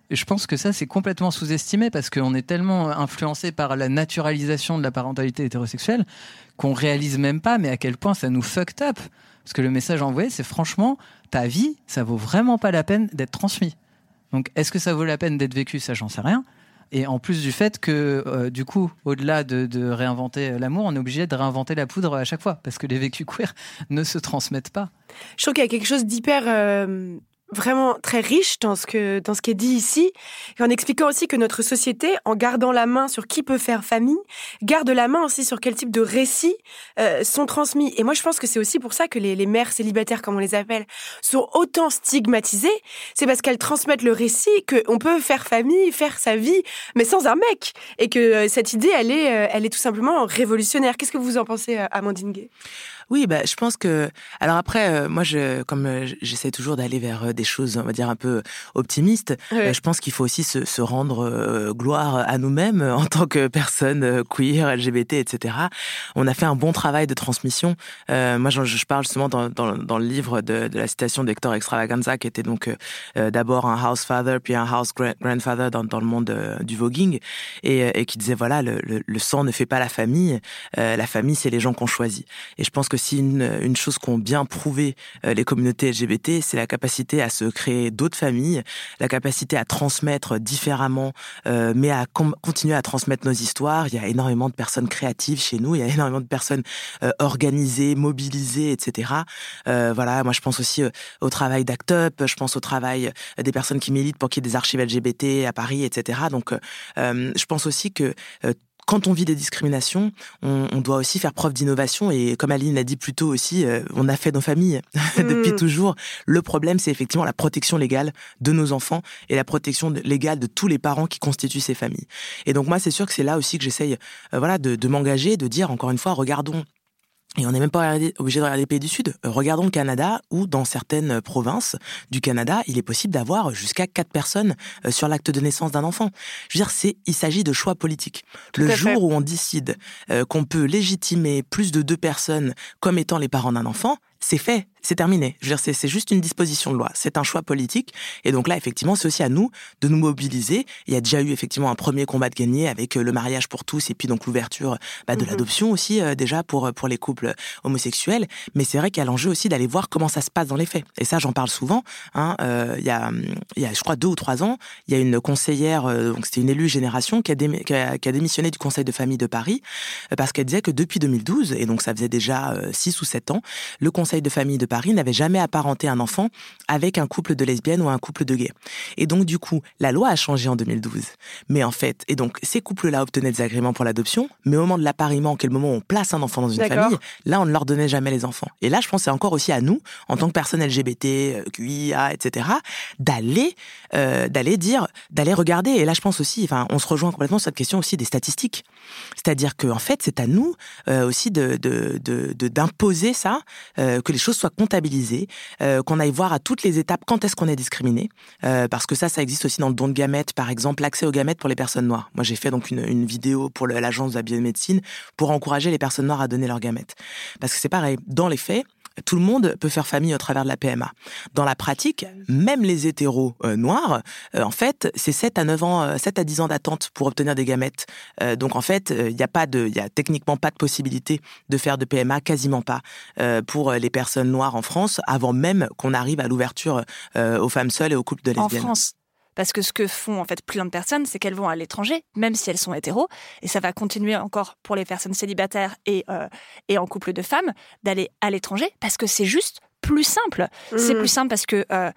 Et je pense que ça, c'est complètement sous-estimé parce qu'on est tellement influencé par la naturalisation de la parentalité hétérosexuelle qu'on réalise même pas, mais à quel point ça nous fucked up. Parce que le message envoyé, c'est franchement, ta vie, ça vaut vraiment pas la peine d'être transmis. Donc, est-ce que ça vaut la peine d'être vécu ? Ça, j'en sais rien. Et en plus du fait que, euh, du coup, au-delà de, de réinventer l'amour, on est obligé de réinventer la poudre à chaque fois, parce que les vécus queer ne se transmettent pas. Je trouve qu'il y a quelque chose d'hyper... Euh... vraiment très riche dans ce, que, dans ce qui est dit ici, et en expliquant aussi que notre société, en gardant la main sur qui peut faire famille, garde la main aussi sur quel type de récits euh, sont transmis. Et moi, je pense que c'est aussi pour ça que les, les mères célibataires, comme on les appelle, sont autant stigmatisées. C'est parce qu'elles transmettent le récit qu'on peut faire famille, faire sa vie, mais sans un mec. Et que euh, cette idée, elle est, euh, elle est tout simplement révolutionnaire. Qu'est-ce que vous en pensez, Amandine Gay ? Oui, bah, je pense que... Alors après, euh, moi, je, comme euh, j'essaie toujours d'aller vers euh, des choses, on va dire, un peu optimistes, ouais. euh, je pense qu'il faut aussi se, se rendre euh, gloire à nous-mêmes en tant que personnes euh, queer, L G B T, et cetera. On a fait un bon travail de transmission. Euh, moi, je, je parle justement dans, dans, dans le livre de, de la citation d'Hector Extravaganza, qui était donc euh, d'abord un house father, puis un house grandfather dans, dans le monde euh, du voguing, et, et qui disait, voilà, le, le, le sang ne fait pas la famille. Euh, la famille, c'est les gens qu'on choisit. Et je pense que si une, une chose qu'ont bien prouvé euh, les communautés L G B T, c'est la capacité à se créer d'autres familles, la capacité à transmettre différemment, euh, mais à com- continuer à transmettre nos histoires. Il y a énormément de personnes créatives chez nous, il y a énormément de personnes euh, organisées, mobilisées, et cetera. Euh, voilà, moi je pense aussi euh, au travail d'Act Up, je pense au travail des personnes qui militent pour qu'il y ait des archives L G B T à Paris, et cetera. Donc euh, je pense aussi que euh, quand on vit des discriminations, on, on doit aussi faire preuve d'innovation. Et comme Aline l'a dit plus tôt aussi, euh, on a fait nos familles depuis mmh. toujours. Le problème, c'est effectivement la protection légale de nos enfants et la protection de, légale de tous les parents qui constituent ces familles. Et donc moi, c'est sûr que c'est là aussi que j'essaye euh, voilà, de, de m'engager, de dire encore une fois, regardons. Et on n'est même pas obligé de regarder les pays du Sud. Regardons le Canada, où dans certaines provinces du Canada, il est possible d'avoir jusqu'à quatre personnes sur l'acte de naissance d'un enfant. Je veux dire, c'est, il s'agit de choix politiques. Tout le jour fait. Où on décide euh, qu'on peut légitimer plus de deux personnes comme étant les parents d'un enfant, c'est fait, c'est terminé. Je veux dire, c'est, c'est juste une disposition de loi. C'est un choix politique. Et donc là, effectivement, c'est aussi à nous de nous mobiliser. Il y a déjà eu effectivement un premier combat de gagné avec le mariage pour tous et puis donc l'ouverture bah, de mmh. l'adoption aussi euh, déjà pour pour les couples homosexuels. Mais c'est vrai qu'il y a l'enjeu aussi d'aller voir comment ça se passe dans les faits. Et ça, j'en parle souvent. Hein. Euh, il y a, il y a, je crois, deux ou trois ans, il y a une conseillère, euh, donc c'était une élue Génération, qui a, dé, qui, a, qui a démissionné du Conseil de famille de Paris euh, parce qu'elle disait que depuis deux mille douze, et donc ça faisait déjà euh, six ou sept ans, le Conseil de famille de Paris n'avait jamais apparenté un enfant avec un couple de lesbiennes ou un couple de gays. Et donc, du coup, la loi a changé en deux mille douze. Mais en fait, et donc, ces couples-là obtenaient des agréments pour l'adoption, mais au moment de l'appariement, quel moment on place un enfant dans une D'accord. famille, là, on ne leur donnait jamais les enfants. Et là, je pense que c'est encore aussi à nous, en tant que personnes L G B T, Q I A, et cetera, d'aller, euh, d'aller dire, d'aller regarder. Et là, je pense aussi, enfin, on se rejoint complètement sur cette question aussi des statistiques. C'est-à-dire que, en fait, c'est à nous euh, aussi de, de, de, de, d'imposer ça, euh, que les choses soient comptabilisées, euh, qu'on aille voir à toutes les étapes quand est-ce qu'on est discriminé, euh, parce que ça, ça existe aussi dans le don de gamètes, par exemple, l'accès aux gamètes pour les personnes noires. Moi, j'ai fait donc une, une vidéo pour le, l'agence de la biomédecine pour encourager les personnes noires à donner leurs gamètes. Parce que c'est pareil, dans les faits, tout le monde peut faire famille au travers de la P M A. Dans la pratique, même les hétéros euh, noirs, euh, en fait, c'est sept à neuf ans, euh, sept à dix ans d'attente pour obtenir des gamètes. Euh, donc en fait, il euh, y a pas de, il y a techniquement pas de possibilité de faire de P M A, quasiment pas, euh, pour les personnes noires en France, avant même qu'on arrive à l'ouverture euh, aux femmes seules et aux couples de lesbiennes. En France. Parce que ce que font en fait plein de personnes, c'est qu'elles vont à l'étranger, même si elles sont hétéros, et ça va continuer encore pour les personnes célibataires et, euh, et en couple de femmes, d'aller à l'étranger, parce que c'est juste plus simple. Mmh. C'est plus simple parce que euh,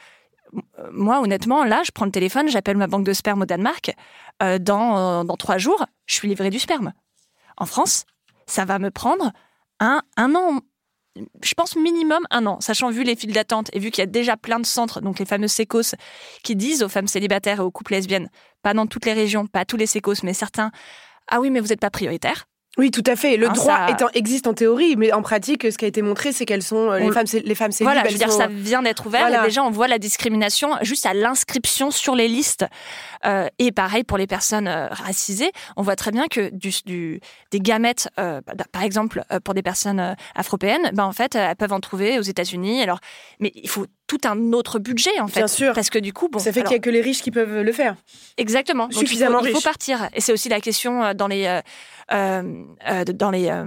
moi, honnêtement, là, je prends le téléphone, j'appelle ma banque de sperme au Danemark, euh, dans, euh, dans trois jours, je suis livrée du sperme. En France, ça va me prendre un, un an. Je pense minimum un an, sachant vu les files d'attente et vu qu'il y a déjà plein de centres, donc les fameux sécos, qui disent aux femmes célibataires et aux couples lesbiennes, pas dans toutes les régions, pas tous les sécos, mais certains, ah oui, mais vous n'êtes pas prioritaire. Oui, tout à fait. Le hein, droit ça... étant, existe en théorie, mais en pratique, ce qui a été montré, c'est qu'elles sont les on... femmes, les femmes célibes. Voilà, je veux dire, sont... ça vient d'être ouvert. Voilà. Et déjà, on voit la discrimination juste à l'inscription sur les listes. Euh, et pareil pour les personnes euh, racisées, on voit très bien que du, du, des gamètes, euh, par exemple, euh, pour des personnes euh, afropéennes, ben en fait, elles peuvent en trouver aux États-Unis. Alors, mais il faut tout un autre budget, en fait. Bien sûr. Parce que du coup, bon. Ça fait alors, qu'il n'y a que les riches qui peuvent le faire. Exactement. Donc, Suffisamment il faut, il faut riches. partir. Et c'est aussi la question dans les, euh, euh, dans les, euh,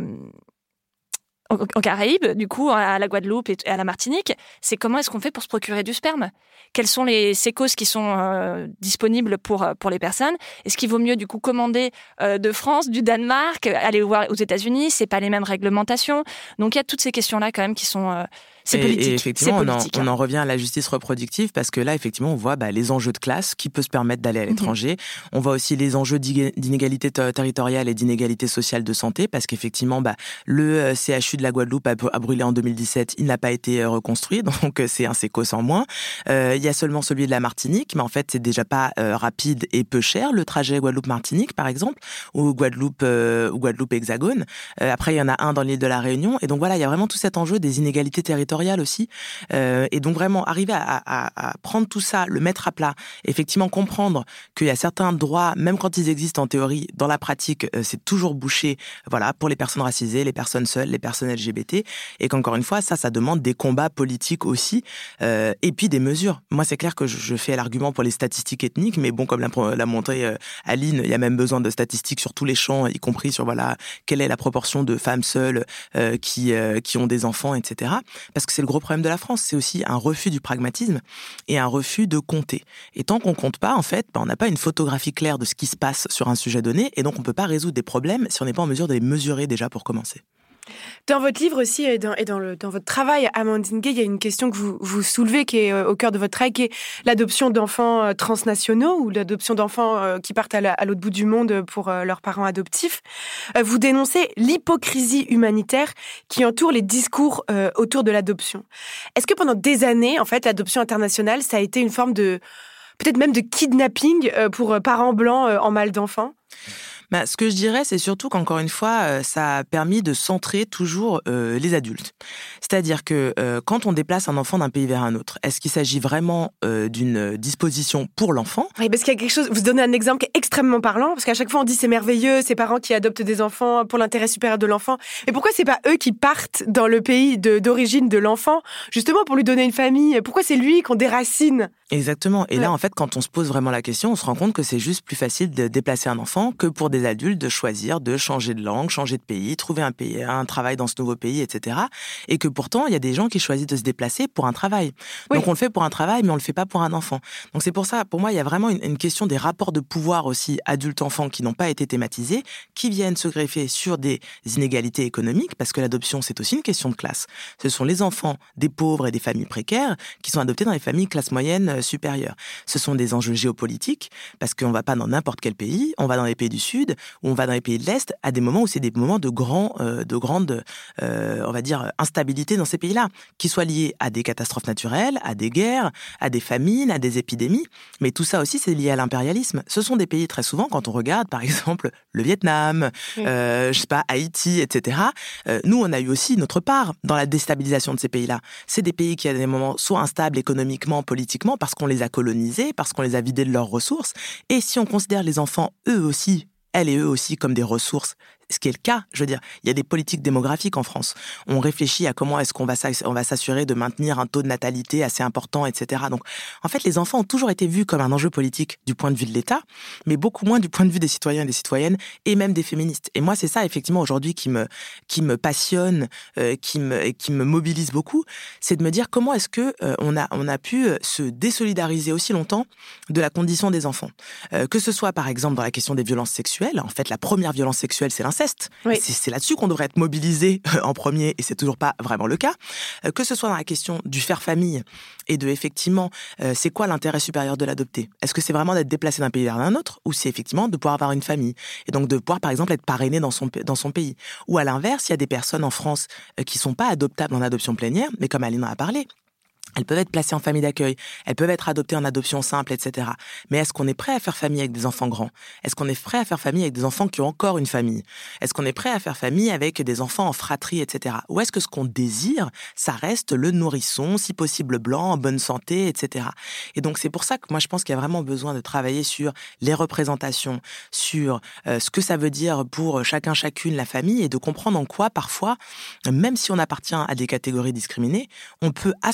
en, en Caraïbes, du coup, à la Guadeloupe et à la Martinique, c'est comment est-ce qu'on fait pour se procurer du sperme? Quelles sont les sécos qui sont euh, disponibles pour pour les personnes? Est-ce qu'il vaut mieux du coup commander euh, de France, du Danemark, aller voir aux États-Unis? C'est pas les mêmes réglementations. Donc il y a toutes ces questions-là quand même qui sont euh, c'est et, politique. Et effectivement, c'est politique, on, en, hein. on en revient à la justice reproductive parce que là, effectivement, on voit bah, les enjeux de classe qui peut se permettre d'aller à l'étranger. Mm-hmm. On voit aussi les enjeux d'inégalité territoriale et d'inégalité sociale de santé parce qu'effectivement, bah, le C H U de la Guadeloupe a, a brûlé en deux mille dix-sept. Il n'a pas été reconstruit, donc c'est un sécos en moins. Euh, il y a seulement celui de la Martinique, mais en fait, c'est déjà pas euh, rapide et peu cher, le trajet Guadeloupe-Martinique, par exemple, ou Guadeloupe, euh, ou Guadeloupe-Hexagone. Euh, après, il y en a un dans l'île de la Réunion. Et donc voilà, il y a vraiment tout cet enjeu des inégalités territoriales aussi. Euh, et donc vraiment, arriver à, à, à prendre tout ça, le mettre à plat, effectivement comprendre qu'il y a certains droits, même quand ils existent en théorie, dans la pratique, euh, c'est toujours bouché, voilà, pour les personnes racisées, les personnes seules, les personnes L G B T. Et qu'encore une fois, ça, ça demande des combats politiques aussi, euh, et puis des mesures. Moi, c'est clair que je fais l'argument pour les statistiques ethniques, mais bon, comme l'a, l'a montré euh, Aline, il y a même besoin de statistiques sur tous les champs, y compris sur voilà quelle est la proportion de femmes seules euh, qui euh, qui ont des enfants, et cetera. Parce que c'est le gros problème de la France, c'est aussi un refus du pragmatisme et un refus de compter. Et tant qu'on compte pas, en fait, bah, on n'a pas une photographie claire de ce qui se passe sur un sujet donné, et donc on peut pas résoudre des problèmes si on n'est pas en mesure de les mesurer déjà pour commencer. Dans votre livre aussi et dans, et dans, le, dans votre travail, Amandine Gay, il y a une question que vous, vous soulevez qui est au cœur de votre travail, qui est l'adoption d'enfants transnationaux ou l'adoption d'enfants qui partent à, la, à l'autre bout du monde pour leurs parents adoptifs. Vous dénoncez l'hypocrisie humanitaire qui entoure les discours euh, autour de l'adoption. Est-ce que pendant des années, en fait, l'adoption internationale, ça a été une forme de, peut-être même de kidnapping pour parents blancs en mal d'enfants ? Bah, ce que je dirais, c'est surtout qu'encore une fois, euh, ça a permis de centrer toujours euh, les adultes. C'est-à-dire que euh, quand on déplace un enfant d'un pays vers un autre, est-ce qu'il s'agit vraiment euh, d'une disposition pour l'enfant ? Oui, parce qu'il y a quelque chose, vous donnez un exemple qui est extrêmement parlant, parce qu'à chaque fois on dit c'est merveilleux, ces parents qui adoptent des enfants pour l'intérêt supérieur de l'enfant. Mais pourquoi c'est pas eux qui partent dans le pays de, d'origine de l'enfant, justement pour lui donner une famille ? Pourquoi c'est lui qu'on déracine ? Exactement. Et ouais. là, en fait, quand on se pose vraiment la question, on se rend compte que c'est juste plus facile de déplacer un enfant que pour des adultes de choisir de changer de langue, changer de pays, trouver un pays, un travail dans ce nouveau pays, et cetera. Et que pourtant, il y a des gens qui choisissent de se déplacer pour un travail. Oui. Donc on le fait pour un travail, mais on le fait pas pour un enfant. Donc c'est pour ça, pour moi, il y a vraiment une, une question des rapports de pouvoir aussi adulte-enfant qui n'ont pas été thématisés, qui viennent se greffer sur des inégalités économiques, parce que l'adoption, c'est aussi une question de classe. Ce sont les enfants des pauvres et des familles précaires qui sont adoptés dans les familles classe moyenne supérieure. Ce sont des enjeux géopolitiques, parce qu'on va pas dans n'importe quel pays, on va dans les pays du Sud, ou on va dans les pays de l'Est, à des moments où c'est des moments de, grand, euh, de grande, euh, on va dire, instabilité dans ces pays-là, qui soient liés à des catastrophes naturelles, à des guerres, à des famines, à des épidémies. Mais tout ça aussi, c'est lié à l'impérialisme. Ce sont des pays, très souvent, quand on regarde, par exemple, le Vietnam, oui. euh, je sais pas, Haïti, et cetera. Euh, nous, on a eu aussi notre part dans la déstabilisation de ces pays-là. C'est des pays qui, à des moments, soit instables économiquement, politiquement, parce qu'on les a colonisés, parce qu'on les a vidés de leurs ressources. Et si on considère les enfants, eux aussi, elles et eux aussi, comme des ressources, ce qui est le cas, je veux dire, il y a des politiques démographiques en France. On réfléchit à comment est-ce qu'on va s'assurer de maintenir un taux de natalité assez important, et cetera. Donc, en fait, les enfants ont toujours été vus comme un enjeu politique du point de vue de l'État, mais beaucoup moins du point de vue des citoyens et des citoyennes, et même des féministes. Et moi, c'est ça, effectivement, aujourd'hui, qui me, qui me passionne, euh, qui me, qui me mobilise beaucoup, c'est de me dire comment est-ce que euh, on a, on a pu se désolidariser aussi longtemps de la condition des enfants. Euh, que ce soit, par exemple, dans la question des violences sexuelles. En fait, la première violence sexuelle, c'est l'inceste. Oui. C'est, c'est là-dessus qu'on devrait être mobilisé en premier, et c'est toujours pas vraiment le cas. Euh, que ce soit dans la question du faire famille et de effectivement, euh, c'est quoi l'intérêt supérieur de l'adopter ? Est-ce que c'est vraiment d'être déplacé d'un pays vers un autre, ou c'est effectivement de pouvoir avoir une famille et donc de pouvoir, par exemple, être parrainé dans son dans son pays ? Ou à l'inverse, il y a des personnes en France euh, qui sont pas adoptables en adoption plénière, mais comme Aline en a parlé. Elles peuvent être placées en famille d'accueil, elles peuvent être adoptées en adoption simple, et cetera. Mais est-ce qu'on est prêt à faire famille avec des enfants grands ? Est-ce qu'on est prêt à faire famille avec des enfants qui ont encore une famille ? Est-ce qu'on est prêt à faire famille avec des enfants en fratrie, et cetera. Ou est-ce que ce qu'on désire, ça reste le nourrisson, si possible blanc, en bonne santé, et cetera. Et donc c'est pour ça que moi je pense qu'il y a vraiment besoin de travailler sur les représentations, sur euh, ce que ça veut dire pour chacun, chacune, la famille, et de comprendre en quoi parfois, même si on appartient à des catégories discriminées, on peut à son tour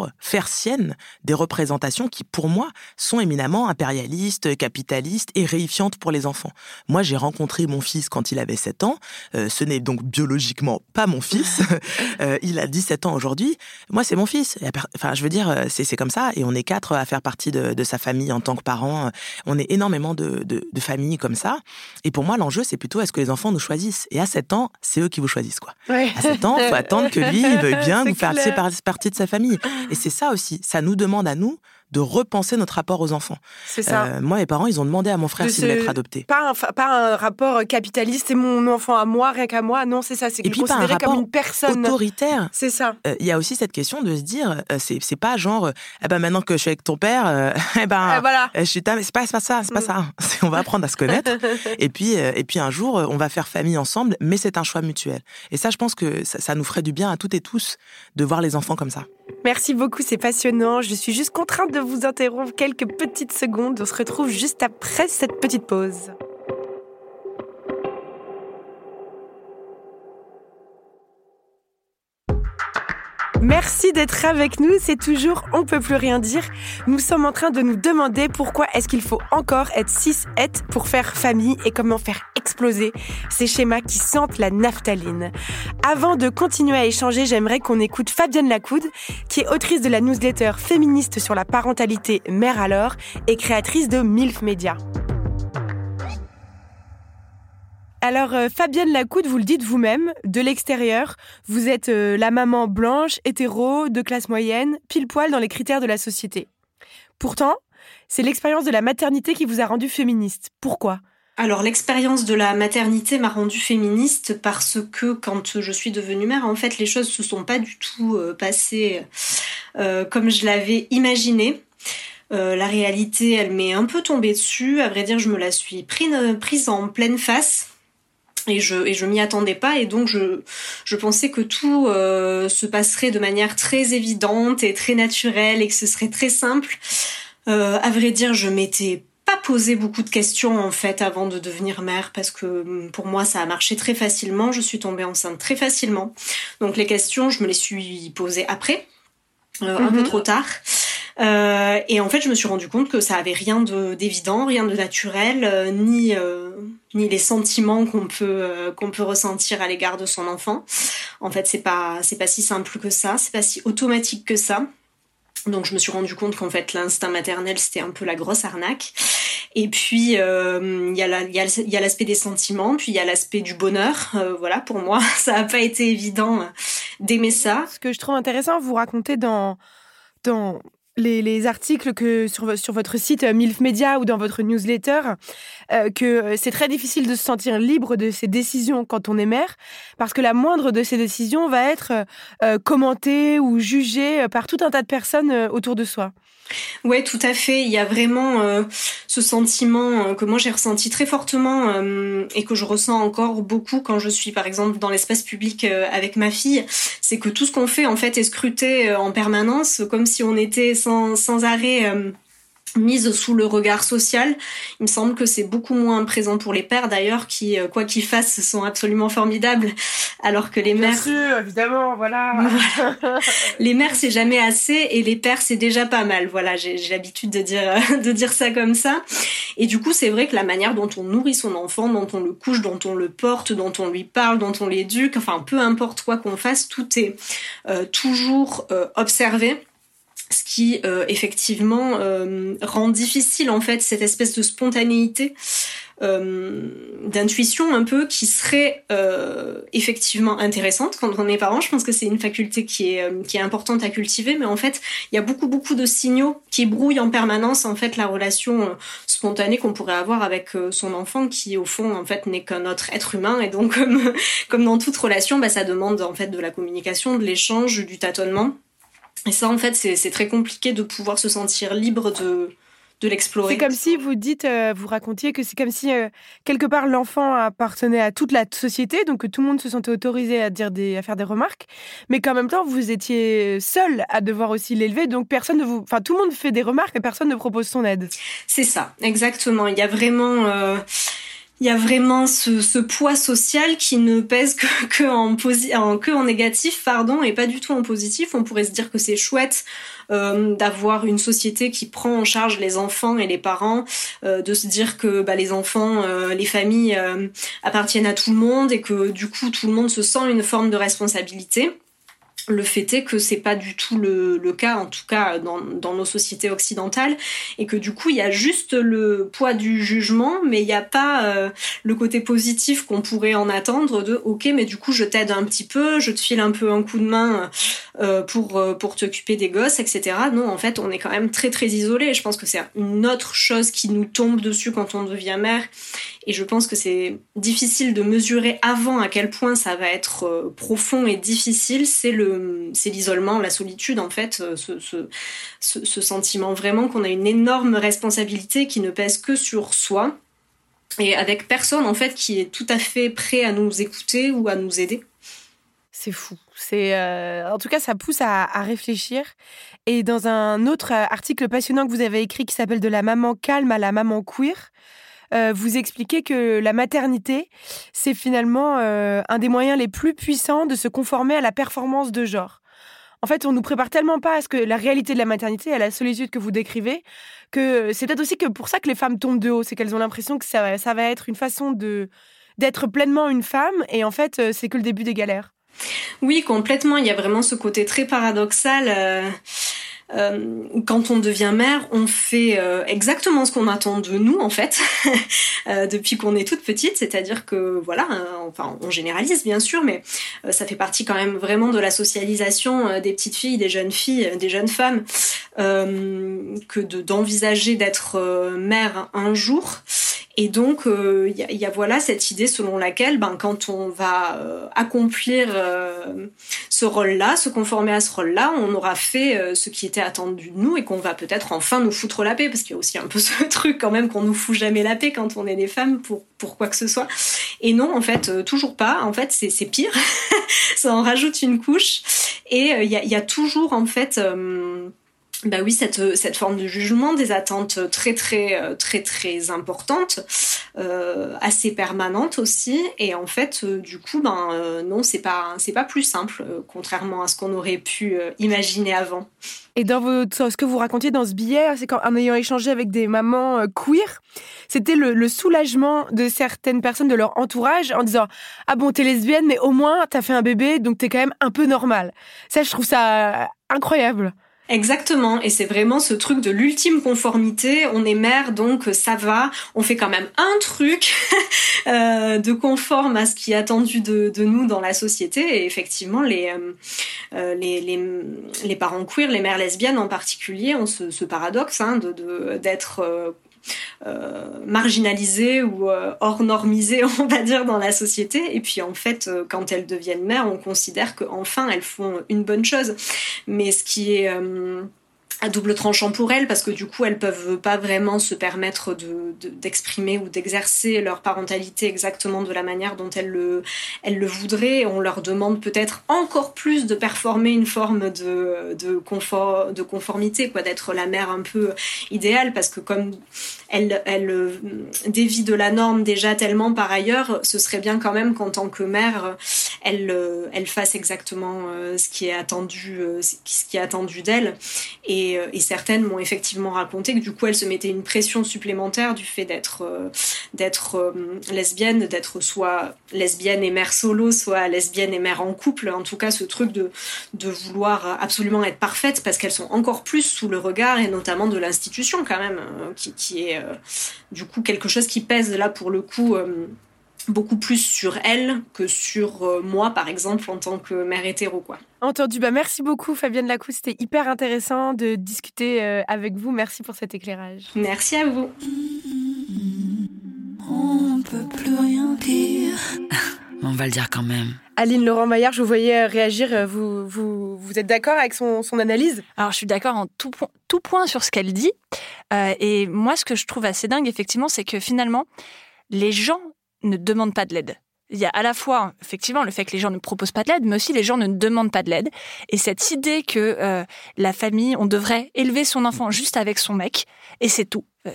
pour faire sienne des représentations qui, pour moi, sont éminemment impérialistes, capitalistes et réifiantes pour les enfants. Moi, j'ai rencontré mon fils quand il avait sept ans. Euh, ce n'est donc biologiquement pas mon fils. euh, il a dix-sept ans aujourd'hui. Moi, c'est mon fils. Enfin, je veux dire, c'est, c'est comme ça. Et on est quatre à faire partie de, de sa famille en tant que parents. On est énormément de, de, de familles comme ça. Et pour moi, l'enjeu, c'est plutôt est-ce que les enfants nous choisissent. Et à sept ans, c'est eux qui vous choisissent, quoi. Ouais. À sept ans, il faut attendre que lui, il veuille bien que vous fassiez partie de sa famille. Et c'est ça aussi. Ça nous demande à nous de repenser notre rapport aux enfants. C'est ça. Euh, moi, mes parents, ils ont demandé à mon frère s'il voulait être adopté. Pas un, pas un rapport capitaliste, c'est mon enfant à moi, rien qu'à moi. Non, c'est ça. C'est et puis considéré pas un comme une personne autoritaire. C'est ça. Il euh, y a aussi cette question de se dire, euh, c'est, c'est pas genre, eh ben maintenant que je suis avec ton père, euh, eh ben, euh, voilà. je suis ta... c'est pas, c'est pas ça, c'est pas mm. ça. C'est, on va apprendre à se connaître. et puis, euh, et puis un jour, on va faire famille ensemble, mais c'est un choix mutuel. Et ça, je pense que ça, ça nous ferait du bien à toutes et tous de voir les enfants comme ça. Merci beaucoup, c'est passionnant. Je suis juste contrainte de vous interrompre quelques petites secondes. On se retrouve juste après cette petite pause. Merci d'être avec nous, c'est toujours On peut plus rien dire. Nous sommes en train de nous demander pourquoi est-ce qu'il faut encore être cis-het pour faire famille et comment faire exploser ces schémas qui sentent la naphtaline. Avant de continuer à échanger, j'aimerais qu'on écoute Fabienne Lacoud, qui est autrice de la newsletter féministe sur la parentalité Mère alors et créatrice de MILF Media. Alors, euh, Fabienne Lacoud, vous le dites vous-même, de l'extérieur, vous êtes euh, la maman blanche, hétéro, de classe moyenne, pile poil dans les critères de la société. Pourtant, c'est l'expérience de la maternité qui vous a rendue féministe. Pourquoi ? Alors, l'expérience de la maternité m'a rendue féministe parce que quand je suis devenue mère, en fait, les choses ne se sont pas du tout euh, passées euh, comme je l'avais imaginé. Euh, la réalité, elle m'est un peu tombée dessus. À vrai dire, je me la suis prise, prise en pleine face. Et je et je m'y attendais pas et donc je je pensais que tout euh, se passerait de manière très évidente et très naturelle et que ce serait très simple. Euh, à vrai dire, je m'étais pas posé beaucoup de questions en fait avant de devenir mère parce que pour moi ça a marché très facilement. Je suis tombée enceinte très facilement. Donc les questions, je me les suis posées après, euh, mm-hmm. un peu trop tard. Euh, et en fait, je me suis rendu compte que ça avait rien de d'évident, rien de naturel, euh, ni euh, ni les sentiments qu'on peut euh, qu'on peut ressentir à l'égard de son enfant. En fait, c'est pas c'est pas si simple que ça, c'est pas si automatique que ça. Donc, je me suis rendu compte qu'en fait, l'instinct maternel, c'était un peu la grosse arnaque. Et puis, il euh, y a la, il y a il y a l'aspect des sentiments, puis il y a l'aspect du bonheur. Euh, voilà, pour moi, ça a pas été évident d'aimer ça. Ce que je trouve intéressant, vous racontez dans dans Les, les articles que sur, sur votre site euh, MILF Media ou dans votre newsletter, euh, que c'est très difficile de se sentir libre de ses décisions quand on est mère, parce que la moindre de ces décisions va être euh, commentée ou jugée par tout un tas de personnes euh, autour de soi. Ouais, tout à fait. Il y a vraiment euh, ce sentiment euh, que moi j'ai ressenti très fortement euh, et que je ressens encore beaucoup quand je suis par exemple dans l'espace public euh, avec ma fille, c'est que tout ce qu'on fait en fait est scruté euh, en permanence, comme si on était sans, sans arrêt euh, mise sous le regard social. Il me semble que c'est beaucoup moins présent pour les pères d'ailleurs, qui, quoi qu'ils fassent, sont absolument formidables, alors que les Bien mères... Bien sûr, évidemment, voilà. Les mères, c'est jamais assez, et les pères, c'est déjà pas mal. Voilà, j'ai, j'ai l'habitude de dire, de dire ça comme ça. Et du coup, c'est vrai que la manière dont on nourrit son enfant, dont on le couche, dont on le porte, dont on lui parle, dont on l'éduque, enfin, peu importe quoi qu'on fasse, tout est euh, toujours euh, observé. Ce qui euh, effectivement euh, rend difficile en fait cette espèce de spontanéité, euh, d'intuition un peu qui serait euh, effectivement intéressante quand on est parent. Je pense que c'est une faculté qui est euh, qui est importante à cultiver, mais en fait il y a beaucoup beaucoup de signaux qui brouillent en permanence en fait la relation euh, spontanée qu'on pourrait avoir avec euh, son enfant, qui au fond en fait n'est qu'un autre être humain, et donc comme comme dans toute relation, bah ça demande en fait de la communication, de l'échange, du tâtonnement. Et ça, en fait, c'est, c'est très compliqué de pouvoir se sentir libre de, de l'explorer. C'est comme si vous dites, euh, vous racontiez que c'est comme si, euh, quelque part, l'enfant appartenait à toute la société, donc que tout le monde se sentait autorisé à, dire des, à faire des remarques, mais qu'en même temps, vous étiez seul à devoir aussi l'élever, donc personne ne vous... Enfin, tout le monde fait des remarques, mais personne ne propose son aide. C'est ça, exactement. Il y a vraiment... Euh... Il y a vraiment ce, ce poids social qui ne pèse que, que, en, posi- en, que en négatif, pardon, et pas du tout en positif. On pourrait se dire que c'est chouette euh, d'avoir une société qui prend en charge les enfants et les parents, euh, de se dire que bah, les enfants, euh, les familles euh, appartiennent à tout le monde et que du coup tout le monde se sent une forme de responsabilité. Le fait est que c'est pas du tout le, le cas, en tout cas dans, dans nos sociétés occidentales, et que du coup il y a juste le poids du jugement, mais il n'y a pas euh, le côté positif qu'on pourrait en attendre de ok, mais du coup je t'aide un petit peu, je te file un peu un coup de main euh, pour pour t'occuper des gosses, et cetera. Non, en fait on est quand même très très isolés. Je pense que c'est une autre chose qui nous tombe dessus quand on devient mère. Et je pense que c'est difficile de mesurer avant à quel point ça va être euh, profond et difficile. C'est le, c'est l'isolement, la solitude en fait, ce, ce, ce, ce sentiment vraiment qu'on a une énorme responsabilité qui ne pèse que sur soi et avec personne en fait qui est tout à fait prêt à nous écouter ou à nous aider. C'est fou. C'est, euh, en tout cas, ça pousse à, à réfléchir. Et dans un autre article passionnant que vous avez écrit qui s'appelle « De la maman calme à la maman queer », Euh, vous expliquez que la maternité, c'est finalement euh, un des moyens les plus puissants de se conformer à la performance de genre. En fait, on nous prépare tellement pas à ce que la réalité de la maternité, à la solitude que vous décrivez, que c'est peut-être aussi que pour ça que les femmes tombent de haut, c'est qu'elles ont l'impression que ça, ça va être une façon de, d'être pleinement une femme, et en fait, c'est que le début des galères. Oui, complètement. Il y a vraiment ce côté très paradoxal. Euh... Euh, quand on devient mère, on fait euh, exactement ce qu'on attend de nous en fait euh, depuis qu'on est toute petite, c'est-à-dire que voilà, euh, enfin on généralise bien sûr, mais euh, ça fait partie quand même vraiment de la socialisation euh, des petites filles, des jeunes filles, des jeunes femmes, euh, que de, d'envisager d'être euh, mère un jour. Et donc, il euh, y, y a voilà cette idée selon laquelle, ben, quand on va euh, accomplir euh, ce rôle-là, se conformer à ce rôle-là, on aura fait euh, ce qui était attendu de nous et qu'on va peut-être enfin nous foutre la paix, parce qu'il y a aussi un peu ce truc quand même qu'on nous fout jamais la paix quand on est des femmes pour pour quoi que ce soit. Et non, en fait, euh, toujours pas. En fait, c'est c'est pire. Ça en rajoute une couche. Et il euh, y a il y a toujours en fait. Euh, Bah oui, cette cette forme de jugement, des attentes très très très très importantes, euh, assez permanentes aussi, et en fait, euh, du coup, ben euh, non, c'est pas c'est pas plus simple, euh, contrairement à ce qu'on aurait pu euh, imaginer avant. Et dans votre, ce que vous racontiez dans ce billet, c'est qu'en ayant échangé avec des mamans euh, queer, c'était le, le soulagement de certaines personnes de leur entourage en disant « Ah bon, t'es lesbienne, mais au moins t'as fait un bébé, donc t'es quand même un peu normale. » Ça, je trouve ça incroyable. Exactement, et c'est vraiment ce truc de l'ultime conformité. On est mère, donc ça va, on fait quand même un truc euh, de conforme à ce qui est attendu de, de nous dans la société. Et effectivement, les, euh, les, les, les parents queer, les mères lesbiennes en particulier, ont ce, ce paradoxe hein, de, de, d'être... Euh, Euh, marginalisées ou euh, hors normisées, on va dire, dans la société. Et puis en fait, euh, quand elles deviennent mères, on considère qu'enfin elles font une bonne chose. Mais ce qui est euh, à double tranchant pour elles, parce que du coup elles peuvent pas vraiment se permettre de, de, d'exprimer ou d'exercer leur parentalité exactement de la manière dont elles le, elles le voudraient. On leur demande peut-être encore plus de performer une forme de, de, confort, de conformité, quoi, d'être la mère un peu idéale, parce que comme elles, elles dévient de la norme déjà tellement par ailleurs, ce serait bien quand même qu'en tant que mère, elles, elles fassent exactement ce qui est attendu, ce qui est attendu d'elles. Et Et, et certaines m'ont effectivement raconté que du coup elles se mettaient une pression supplémentaire du fait d'être, euh, d'être euh, lesbienne, d'être soit lesbienne et mère solo, soit lesbienne et mère en couple. En tout cas, ce truc de, de vouloir absolument être parfaite, parce qu'elles sont encore plus sous le regard, et notamment de l'institution quand même, euh, qui, qui est euh, du coup quelque chose qui pèse là pour le coup euh, beaucoup plus sur elle que sur euh, moi, par exemple, en tant que mère hétéro, quoi. Entendu. Bah, merci beaucoup, Fabienne Lacou. C'était hyper intéressant de discuter euh, avec vous. Merci pour cet éclairage. Merci à vous. On peut plus rien dire. On va le dire quand même. Aline Laurent-Maillard, je vous voyais réagir. Vous, vous, vous êtes d'accord avec son, son analyse ? Alors, je suis d'accord en tout, po- tout point sur ce qu'elle dit. Euh, et moi, ce que je trouve assez dingue, effectivement, c'est que finalement, les gens ne demandent pas de l'aide. Il y a à la fois, effectivement, le fait que les gens ne proposent pas de l'aide, mais aussi les gens ne demandent pas de l'aide. Et cette idée que euh, la famille, on devrait élever son enfant juste avec son mec, et c'est tout. Euh, je dis,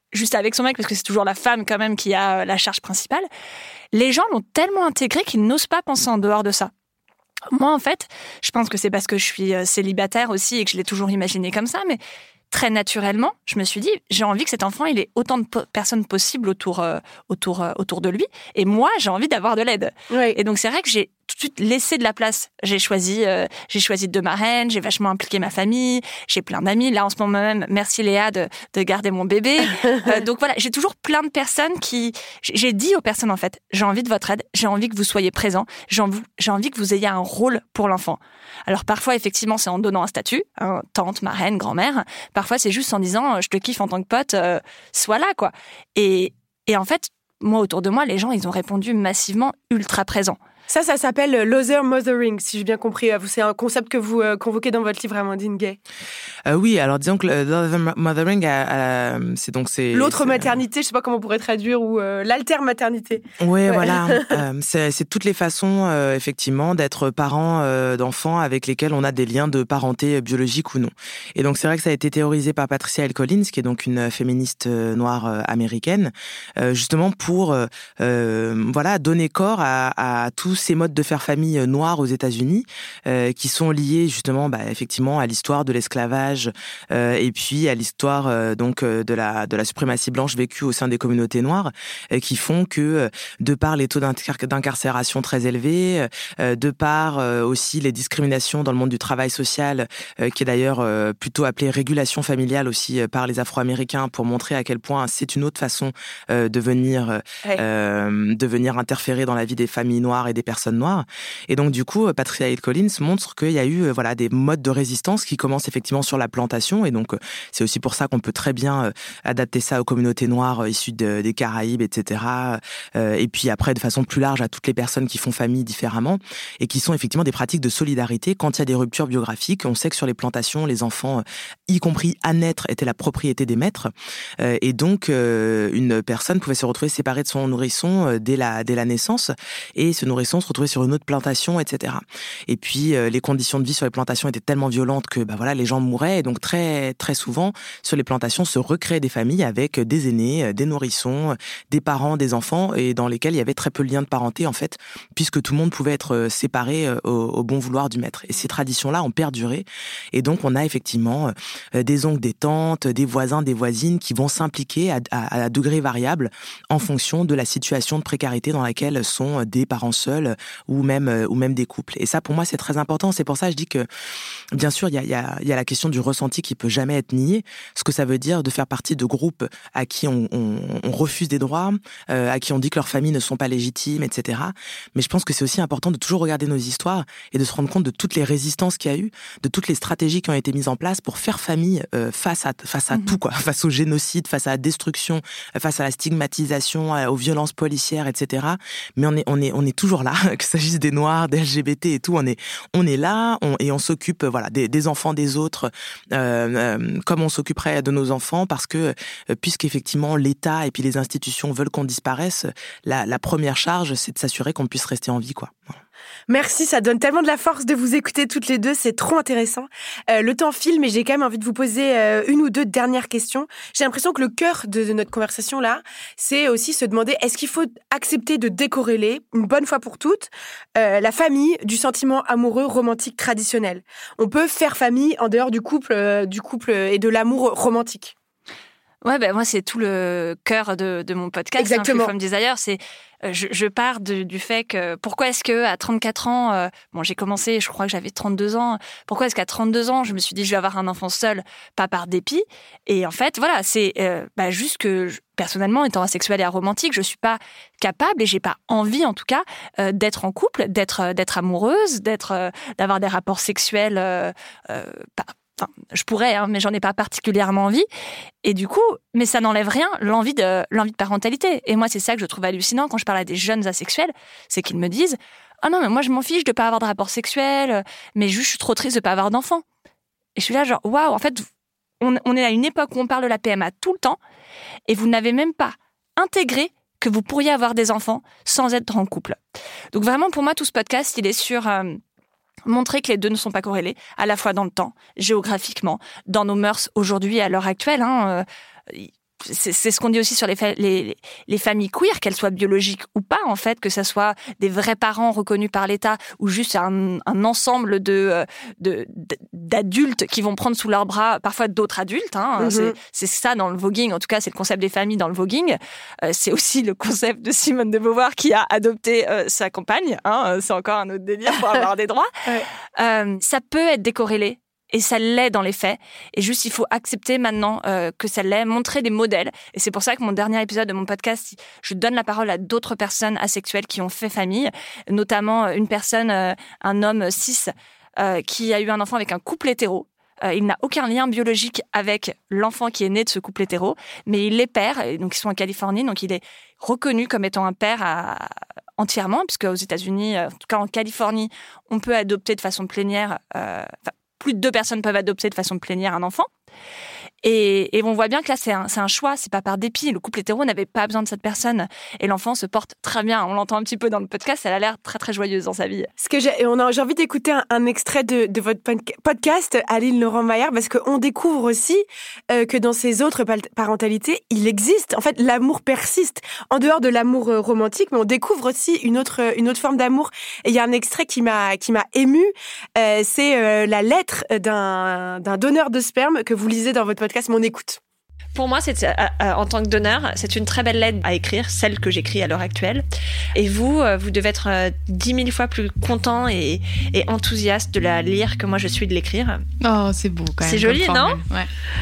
juste avec son mec, parce que c'est toujours la femme quand même qui a la charge principale, les gens l'ont tellement intégré qu'ils n'osent pas penser en dehors de ça. Moi, en fait, je pense que c'est parce que je suis célibataire aussi et que je l'ai toujours imaginé comme ça, mais très naturellement, je me suis dit, j'ai envie que cet enfant, il ait autant de po- personnes possibles autour, euh, autour, euh, autour de lui. Et moi, j'ai envie d'avoir de l'aide. Oui. Et donc, c'est vrai que j'ai tout de suite laissé de la place. J'ai choisi, euh, j'ai choisi deux marraines, j'ai vachement impliqué ma famille, j'ai plein d'amis. Là, en ce moment même, merci Léa de, de garder mon bébé. euh, donc voilà, j'ai toujours plein de personnes qui... J'ai dit aux personnes, en fait, j'ai envie de votre aide, j'ai envie que vous soyez présents, j'ai envie, j'ai envie que vous ayez un rôle pour l'enfant. Alors parfois, effectivement, c'est en donnant un statut, hein, tante, marraine, grand-mère. Parfois, c'est juste en disant, je te kiffe en tant que pote, euh, sois là, quoi. Et, et en fait, moi, autour de moi, les gens, ils ont répondu massivement ultra présents. Ça, ça s'appelle l'other mothering, si j'ai bien compris. C'est un concept que vous euh, convoquez dans votre livre, Amandine Gay. Euh, oui, alors disons que l'other mothering, a, a, c'est donc c'est l'autre c'est, maternité, je sais pas comment on pourrait traduire, ou euh, l'alter maternité. Ouais, Ouais. voilà. euh, c'est, c'est toutes les façons, euh, effectivement, d'être parent euh, d'enfants avec lesquels on a des liens de parenté biologique ou non. Et donc c'est vrai que ça a été théorisé par Patricia Hill Collins, qui est donc une féministe noire euh, américaine, euh, justement pour euh, euh, voilà donner corps à, à tous ces modes de faire famille noirs aux États-Unis, euh, qui sont liés justement, bah, effectivement, à l'histoire de l'esclavage euh, et puis à l'histoire euh, donc euh, de la de la suprématie blanche vécue au sein des communautés noires, euh, qui font que, euh, de par les taux d'incar- d'incarcération très élevés, euh, de par euh, aussi les discriminations dans le monde du travail social, euh, qui est d'ailleurs euh, plutôt appelée régulation familiale aussi euh, par les Afro-Américains, pour montrer à quel point c'est une autre façon euh, de venir euh, Ouais. euh, de venir interférer dans la vie des familles noires et des personnes noires. Et donc du coup, Patricia Hill Collins montre qu'il y a eu euh, voilà des modes de résistance qui commencent effectivement sur la plantation, et donc euh, c'est aussi pour ça qu'on peut très bien euh, adapter ça aux communautés noires euh, issues de, des Caraïbes, et cetera. Euh, et puis après, de façon plus large, à toutes les personnes qui font famille différemment et qui sont effectivement des pratiques de solidarité quand il y a des ruptures biographiques. On sait que sur les plantations, les enfants, y compris à naître, étaient la propriété des maîtres, euh, et donc euh, une personne pouvait se retrouver séparée de son nourrisson euh, dès la dès la naissance, et ce nourrisson se retrouvait sur une autre plantation, et cetera. Et puis euh, les conditions de vie sur les plantations étaient tellement violentes que bah voilà, les gens mouraient, et donc très très souvent sur les plantations se recréaient des familles avec des aînés, des nourrissons, des parents, des enfants, et dans lesquels il y avait très peu de liens de parenté en fait, puisque tout le monde pouvait être séparé au, au bon vouloir du maître. Et ces traditions-là ont perduré, et donc on a effectivement des oncles, des tantes, des voisins, des voisines qui vont s'impliquer à, à, à degré variable en fonction de la situation de précarité dans laquelle sont des parents seuls ou même ou même des couples. Et ça, pour moi, c'est très important. C'est pour ça que je dis que, bien sûr, il y a, il y a, il y a la question du ressenti qui peut jamais être nié. Ce que ça veut dire de faire partie de groupes à qui on, on, on refuse des droits, euh, à qui on dit que leurs familles ne sont pas légitimes, et cetera. Mais je pense que c'est aussi important de toujours regarder nos histoires et de se rendre compte de toutes les résistances qu'il y a eu, de toutes les stratégies qui ont été mises en place pour faire famille euh, face à face à mmh. tout, quoi, face au génocide, face à la destruction, face à la stigmatisation, aux violences policières, et cetera. Mais on est on est on est toujours là, qu'il s'agisse des Noirs, des L G B T et tout, on est on est là, on, et on s'occupe voilà des, des enfants des autres euh, euh, comme on s'occuperait de nos enfants, parce que euh, puisqu'effectivement l'État et puis les institutions veulent qu'on disparaisse, la, la première charge, c'est de s'assurer qu'on puisse rester en vie, quoi. Voilà. Merci, ça donne tellement de la force de vous écouter toutes les deux, c'est trop intéressant. Euh, le temps file, mais j'ai quand même envie de vous poser euh, une ou deux dernières questions. J'ai l'impression que le cœur de, de notre conversation là, c'est aussi se demander, est-ce qu'il faut accepter de décorréler, une bonne fois pour toutes, euh, la famille du sentiment amoureux romantique traditionnel. On peut faire famille en dehors du couple, euh, du couple et de l'amour romantique. Ouais, ben moi c'est tout le cœur de, de mon podcast. Exactement. Hein, Free From Desire, c'est euh, je, je pars de, du fait que pourquoi est-ce que à trente-quatre ans, euh, bon j'ai commencé, je crois que j'avais trente-deux ans. Pourquoi est-ce qu'à trente-deux ans, je me suis dit je vais avoir un enfant seul, pas par dépit. Et en fait, voilà, c'est euh, bah, juste que je, personnellement, étant asexuelle et aromantique, je suis pas capable et j'ai pas envie, en tout cas, euh, d'être en couple, d'être euh, d'être amoureuse, d'être euh, d'avoir des rapports sexuels. Euh, euh, pas, Enfin, je pourrais, hein, mais j'en ai pas particulièrement envie. Et du coup, mais ça n'enlève rien, l'envie de, l'envie de parentalité. Et moi, c'est ça que je trouve hallucinant quand je parle à des jeunes asexuels, c'est qu'ils me disent « Ah non, mais moi, je m'en fiche de pas avoir de rapport sexuel, mais juste, je suis trop triste de pas avoir d'enfant. » Et je suis là genre « Waouh, en fait, on, on est à une époque où on parle de la P M A tout le temps, et vous n'avez même pas intégré que vous pourriez avoir des enfants sans être en couple. » Donc vraiment, pour moi, tout ce podcast, il est sur... Euh, montrer que les deux ne sont pas corrélés, à la fois dans le temps, géographiquement, dans nos mœurs aujourd'hui, à l'heure actuelle. Hein, euh, c'est, c'est ce qu'on dit aussi sur les, fa- les, les familles queer, qu'elles soient biologiques ou pas, en fait, que ça soit des vrais parents reconnus par l'État ou juste un, un ensemble de, de, d'adultes qui vont prendre sous leurs bras parfois d'autres adultes. Hein. Mm-hmm. C'est, c'est ça dans le voguing, en tout cas, c'est le concept des familles dans le voguing. Euh, c'est aussi le concept de Simone de Beauvoir qui a adopté euh, sa compagne. Hein. C'est encore un autre délire pour avoir des droits. Ouais. Euh, ça peut être décorrélé. Et ça l'est dans les faits. Et juste, il faut accepter maintenant euh, que ça l'est, montrer des modèles. Et c'est pour ça que mon dernier épisode de mon podcast, je donne la parole à d'autres personnes asexuelles qui ont fait famille, notamment une personne, euh, un homme cis, euh, qui a eu un enfant avec un couple hétéro. Euh, il n'a aucun lien biologique avec l'enfant qui est né de ce couple hétéro, mais il est père, et donc ils sont en Californie, donc il est reconnu comme étant un père à... entièrement, puisque aux États-Unis, en tout cas en Californie, on peut adopter de façon plénière... Euh, plus de deux personnes peuvent adopter de façon plénière un enfant. Et, et on voit bien que là, c'est un, c'est un choix, c'est pas par dépit. Le couple hétéro n'avait pas besoin de cette personne. Et l'enfant se porte très bien. On l'entend un petit peu dans le podcast, elle a l'air très, très joyeuse dans sa vie. Ce que j'ai, on a, j'ai envie d'écouter un, un extrait de, de votre podcast, Aline Laurent-Maillard, parce qu'on découvre aussi euh, que dans ces autres parentalités, il existe, en fait, l'amour persiste. En dehors de l'amour romantique, mais on découvre aussi une autre, une autre forme d'amour. Et il y a un extrait qui m'a, qui m'a ému. Euh, c'est euh, la lettre d'un, d'un donneur de sperme que vous lisez dans votre podcast. Mais on écoute. Pour moi, c'est, euh, euh, en tant que donneur, c'est une très belle lettre à écrire, celle que j'écris à l'heure actuelle. Et vous, euh, vous devez être euh, dix mille fois plus content et, et enthousiaste de la lire que moi je suis de l'écrire. Oh, c'est beau quand même. C'est joli, non ? Ouais.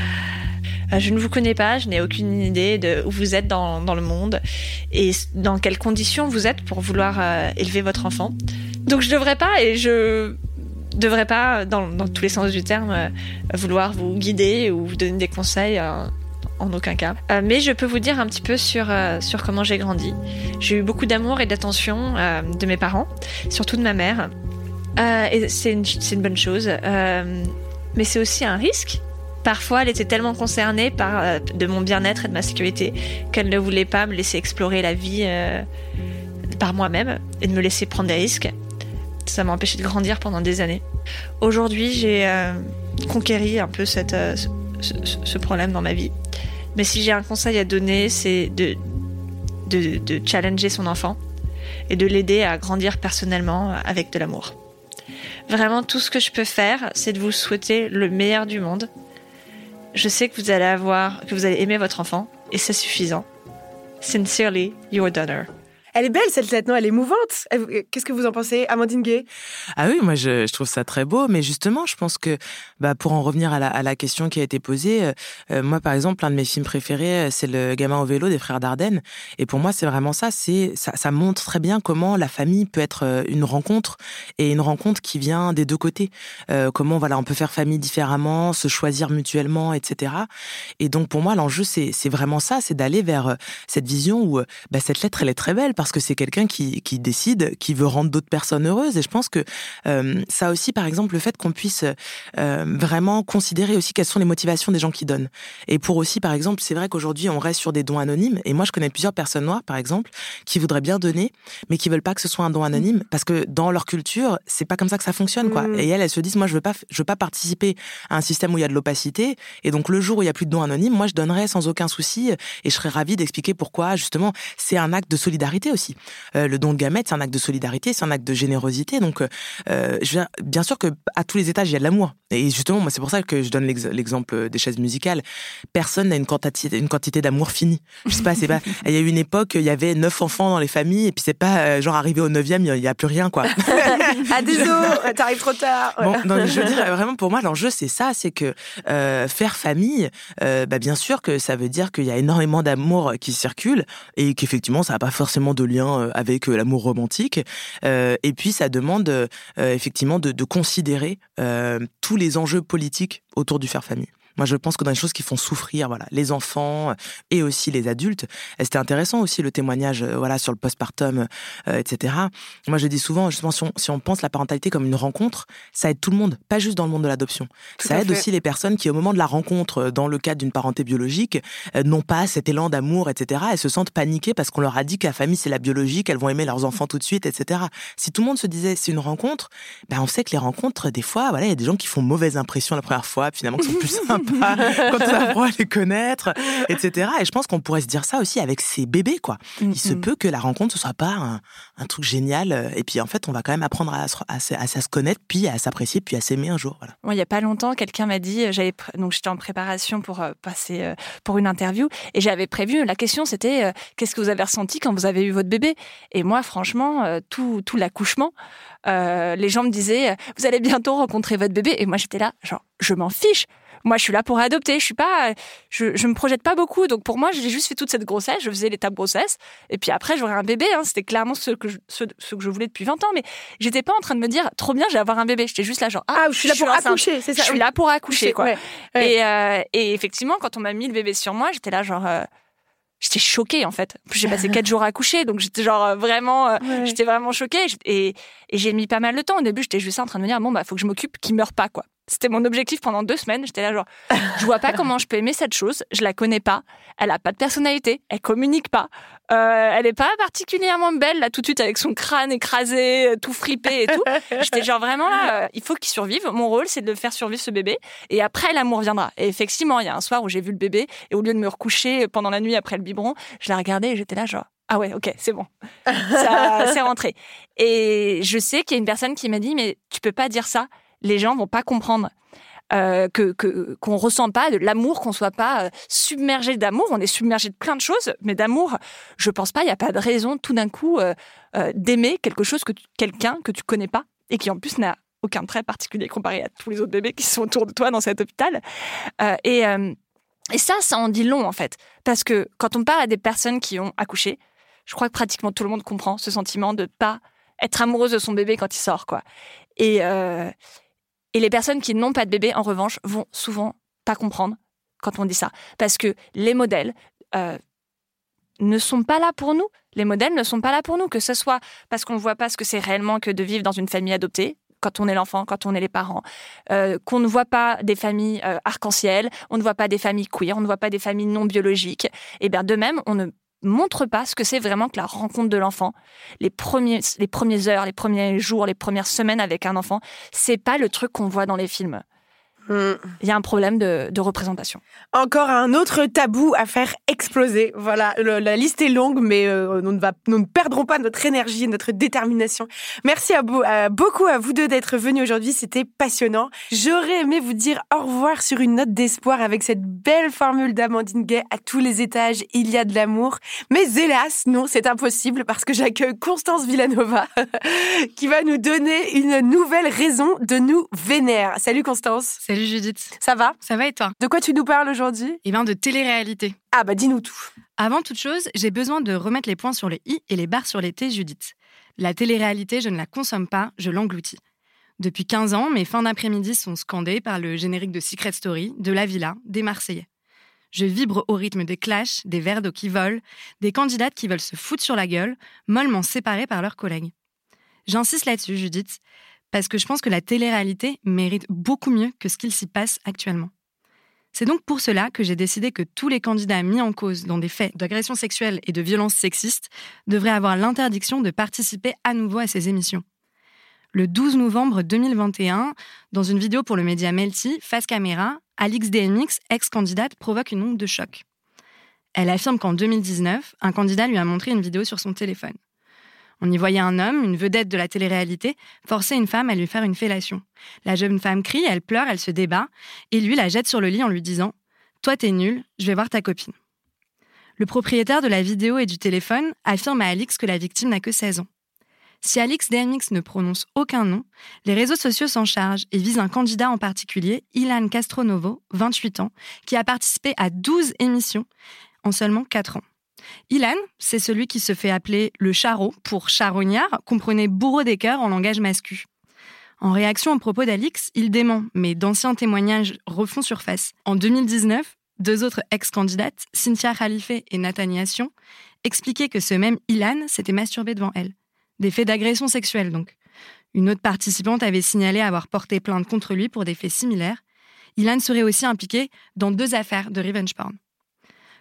Euh, je ne vous connais pas, je n'ai aucune idée de où vous êtes dans, dans le monde et dans quelles conditions vous êtes pour vouloir euh, élever votre enfant. Donc je devrais pas et je... devrais pas, dans, dans tous les sens du terme, euh, vouloir vous guider ou vous donner des conseils, euh, en aucun cas. Euh, mais je peux vous dire un petit peu sur, euh, sur comment j'ai grandi. J'ai eu beaucoup d'amour et d'attention euh, de mes parents, surtout de ma mère. Euh, et c'est une, c'est une bonne chose. Euh, mais c'est aussi un risque. Parfois, elle était tellement concernée par, euh, de mon bien-être et de ma sécurité qu'elle ne voulait pas me laisser explorer la vie euh, par moi-même et de me laisser prendre des risques. Ça m'a empêché de grandir pendant des années. Aujourd'hui, j'ai euh, conquéri un peu cette, euh, ce, ce, ce problème dans ma vie. Mais si j'ai un conseil à donner, c'est de, de, de challenger son enfant et de l'aider à grandir personnellement avec de l'amour. Vraiment, tout ce que je peux faire, c'est de vous souhaiter le meilleur du monde. Je sais que vous allez avoir, que vous allez aimer votre enfant, et c'est suffisant. Sincerely, your donor. Elle est belle cette lettre, non ? Elle est émouvante. Qu'est-ce que vous en pensez, Amandine Gay ? Ah oui, moi je, je trouve ça très beau, mais justement, je pense que bah, pour en revenir à la, à la question qui a été posée, euh, moi par exemple, un de mes films préférés, c'est Le gamin au vélo des frères Dardenne, et pour moi c'est vraiment ça, c'est ça, ça montre très bien comment la famille peut être une rencontre, et une rencontre qui vient des deux côtés. Euh, comment voilà, on peut faire famille différemment, se choisir mutuellement, et cetera. Et donc pour moi l'enjeu c'est, c'est vraiment ça, c'est d'aller vers cette vision où bah, cette lettre elle est très belle, parce que c'est quelqu'un qui, qui décide, qui veut rendre d'autres personnes heureuses. Et je pense que euh, ça aussi, par exemple, le fait qu'on puisse euh, vraiment considérer aussi quelles sont les motivations des gens qui donnent. Et pour aussi, par exemple, c'est vrai qu'aujourd'hui, on reste sur des dons anonymes. Et moi, je connais plusieurs personnes noires, par exemple, qui voudraient bien donner, mais qui veulent pas que ce soit un don anonyme, parce que dans leur culture, c'est pas comme ça que ça fonctionne, quoi. Mmh. Et elles, elles se disent, moi, je veux pas, je veux pas participer à un système où il y a de l'opacité. Et donc, le jour où il y a plus de dons anonymes, moi, je donnerais sans aucun souci, et je serais ravie d'expliquer pourquoi, justement, c'est un acte de solidarité aussi. Euh, le don de gamètes, c'est un acte de solidarité, c'est un acte de générosité. Donc, euh, je veux dire, bien sûr que à tous les étages, il y a de l'amour. Et justement, moi, c'est pour ça que je donne l'ex- l'exemple des chaises musicales. Personne n'a une quantité, une quantité d'amour finie. Je sais pas, c'est pas. Il y a eu une époque, il y avait neuf enfants dans les familles, et puis c'est pas euh, genre arrivé au neuvième, il y a plus rien, quoi. Ah désolé, t'arrives trop tard. Bon, non, je veux dire, vraiment, pour moi, l'enjeu, c'est ça, c'est que euh, faire famille, euh, bah, bien sûr que ça veut dire qu'il y a énormément d'amour qui circule, et qu'effectivement, ça n'a pas forcément de lien avec l'amour romantique. Euh, et puis, ça demande euh, effectivement de, de considérer euh, tous les enjeux politiques autour du faire famille. Moi, je pense que dans les choses qui font souffrir, voilà, les enfants et aussi les adultes. Et c'était intéressant aussi le témoignage, voilà, sur le postpartum, euh, et cetera. Moi, je dis souvent, justement, si on, si on pense la parentalité comme une rencontre, ça aide tout le monde, pas juste dans le monde de l'adoption. Tout ça aide fait. Aussi les personnes qui, au moment de la rencontre, dans le cadre d'une parenté biologique, euh, n'ont pas cet élan d'amour, et cetera. Elles se sentent paniquées parce qu'on leur a dit que la famille c'est la biologie, qu'elles vont aimer leurs enfants tout de suite, et cetera. Si tout le monde se disait c'est une rencontre, ben on sait que les rencontres, des fois, voilà, il y a des gens qui font mauvaise impression la première fois, puis finalement qui sont plus sympas pas, quand on apprend à les connaître, et cetera. Et je pense qu'on pourrait se dire ça aussi avec ses bébés, quoi. Mm-hmm. Il se peut que la rencontre, ce soit pas un, un truc génial. Et puis, en fait, on va quand même apprendre à, à, à, à se connaître, puis à s'apprécier, puis à s'aimer un jour. Voilà. Moi, il y a pas longtemps, quelqu'un m'a dit, j'avais, donc j'étais en préparation pour euh, passer euh, pour une interview, et j'avais prévu, la question c'était, euh, qu'est-ce que vous avez ressenti quand vous avez eu votre bébé? Et moi, franchement, euh, tout, tout l'accouchement, euh, les gens me disaient, vous allez bientôt rencontrer votre bébé. Et moi, j'étais là, genre, je m'en fiche. Moi, je suis là pour adopter. Je suis pas, je, je me projette pas beaucoup. Donc, pour moi, j'ai juste fait toute cette grossesse. Je faisais l'étape grossesse. Et puis après, j'aurais un bébé. Hein. C'était clairement ce que, je, ce, ce que je voulais depuis vingt ans. Mais j'étais pas en train de me dire, trop bien, je vais avoir un bébé. J'étais juste là, genre, ah, ah je suis là pour accoucher, c'est ça. Je suis là pour accoucher, quoi. Ouais, ouais. Et, euh, et effectivement, quand on m'a mis le bébé sur moi, j'étais là, genre, euh, j'étais choquée, en fait. J'ai passé quatre jours à accoucher. Donc, j'étais genre, euh, vraiment, euh, ouais. j'étais vraiment choquée. Et, et j'ai mis pas mal de temps. Au début, j'étais juste en train de me dire, bon, bah, faut que je m'occupe qu'il meure pas, quoi. C'était mon objectif pendant deux semaines. J'étais là genre, je vois pas comment je peux aimer cette chose. Je la connais pas. Elle a pas de personnalité. Elle communique pas. Euh, elle est pas particulièrement belle là tout de suite avec son crâne écrasé, tout fripé et tout. J'étais genre vraiment là. Euh, il faut qu'il survive. Mon rôle c'est de faire survivre ce bébé. Et après l'amour viendra. Et effectivement, il y a un soir où j'ai vu le bébé et au lieu de me recoucher pendant la nuit après le biberon, je l'ai regardé et j'étais là genre. Ah ouais, ok, c'est bon. Ça, c'est rentré. Et je sais qu'il y a une personne qui m'a dit, mais tu peux pas dire ça. Les gens vont pas comprendre euh, que, que qu'on ressent pas de l'amour, qu'on soit pas euh, submergé d'amour. On est submergé de plein de choses, mais d'amour, je pense pas. Il y a pas de raison tout d'un coup euh, euh, d'aimer quelque chose que tu, quelqu'un que tu connais pas et qui en plus n'a aucun trait particulier comparé à tous les autres bébés qui sont autour de toi dans cet hôpital. Euh, et euh, et ça, ça en dit long en fait, parce que quand on parle à des personnes qui ont accouché, je crois que pratiquement tout le monde comprend ce sentiment de pas être amoureuse de son bébé quand il sort, quoi. Et euh, Et les personnes qui n'ont pas de bébé, en revanche, vont souvent pas comprendre quand on dit ça. Parce que les modèles euh, ne sont pas là pour nous. Les modèles ne sont pas là pour nous. Que ce soit parce qu'on ne voit pas ce que c'est réellement que de vivre dans une famille adoptée, quand on est l'enfant, quand on est les parents. Euh, qu'on ne voit pas des familles euh, arc-en-ciel, on ne voit pas des familles queer, on ne voit pas des familles non biologiques. Et bien de même, on ne montre pas ce que c'est vraiment que la rencontre de l'enfant. Les premiers, les premières heures, les premiers jours, les premières semaines avec un enfant, c'est pas le truc qu'on voit dans les films. Il y a un problème de, de représentation. Encore un autre tabou à faire exploser. Voilà, le, la liste est longue, mais euh, nous, ne va, nous ne perdrons pas notre énergie, notre détermination. Merci à, beau, à beaucoup à vous deux d'être venus aujourd'hui, c'était passionnant. J'aurais aimé vous dire au revoir sur une note d'espoir avec cette belle formule d'Amandine Gay, à tous les étages, il y a de l'amour. Mais hélas, non, c'est impossible parce que j'accueille Constance Villanova qui va nous donner une nouvelle raison de nous vénérer. Salut Constance. Salut Judith. Ça va ? Ça va et toi ? De quoi tu nous parles aujourd'hui ? Eh bien, de télé-réalité. Ah bah dis-nous tout. Avant toute chose, j'ai besoin de remettre les points sur les i et les barres sur les t, Judith. La télé-réalité, je ne la consomme pas, je l'engloutis. Depuis quinze ans, mes fins d'après-midi sont scandées par le générique de Secret Story, de La Villa, des Marseillais. Je vibre au rythme des clashs, des verres d'eau qui volent, des candidates qui veulent se foutre sur la gueule, mollement séparées par leurs collègues. J'insiste là-dessus, Judith, parce que je pense que la télé-réalité mérite beaucoup mieux que ce qu'il s'y passe actuellement. C'est donc pour cela que j'ai décidé que tous les candidats mis en cause dans des faits d'agression sexuelle et de violence sexiste devraient avoir l'interdiction de participer à nouveau à ces émissions. Le douze novembre deux mille vingt et un, dans une vidéo pour le média Melty, face caméra, Alix D M X, ex-candidate, provoque une onde de choc. Elle affirme qu'en deux mille dix-neuf, un candidat lui a montré une vidéo sur son téléphone. On y voyait un homme, une vedette de la télé-réalité, forcer une femme à lui faire une fellation. La jeune femme crie, elle pleure, elle se débat, et lui la jette sur le lit en lui disant « Toi, t'es nul, je vais voir ta copine ». Le propriétaire de la vidéo et du téléphone affirme à Alix que la victime n'a que seize ans. Si Alix D M X ne prononce aucun nom, les réseaux sociaux s'en chargent et visent un candidat en particulier, Ilan Castronovo, vingt-huit ans, qui a participé à douze émissions en seulement quatre ans. Ilan, c'est celui qui se fait appeler le charreau pour charognard, comprenez bourreau des cœurs en langage mascu. En réaction aux propos d'Alix, il dément, mais d'anciens témoignages refont surface. En deux mille dix-neuf, deux autres ex-candidates, Cynthia Khalife et Nathania Sion, expliquaient que ce même Ilan s'était masturbé devant elles. Des faits d'agression sexuelle donc. Une autre participante avait signalé avoir porté plainte contre lui pour des faits similaires. Ilan serait aussi impliqué dans deux affaires de revenge porn.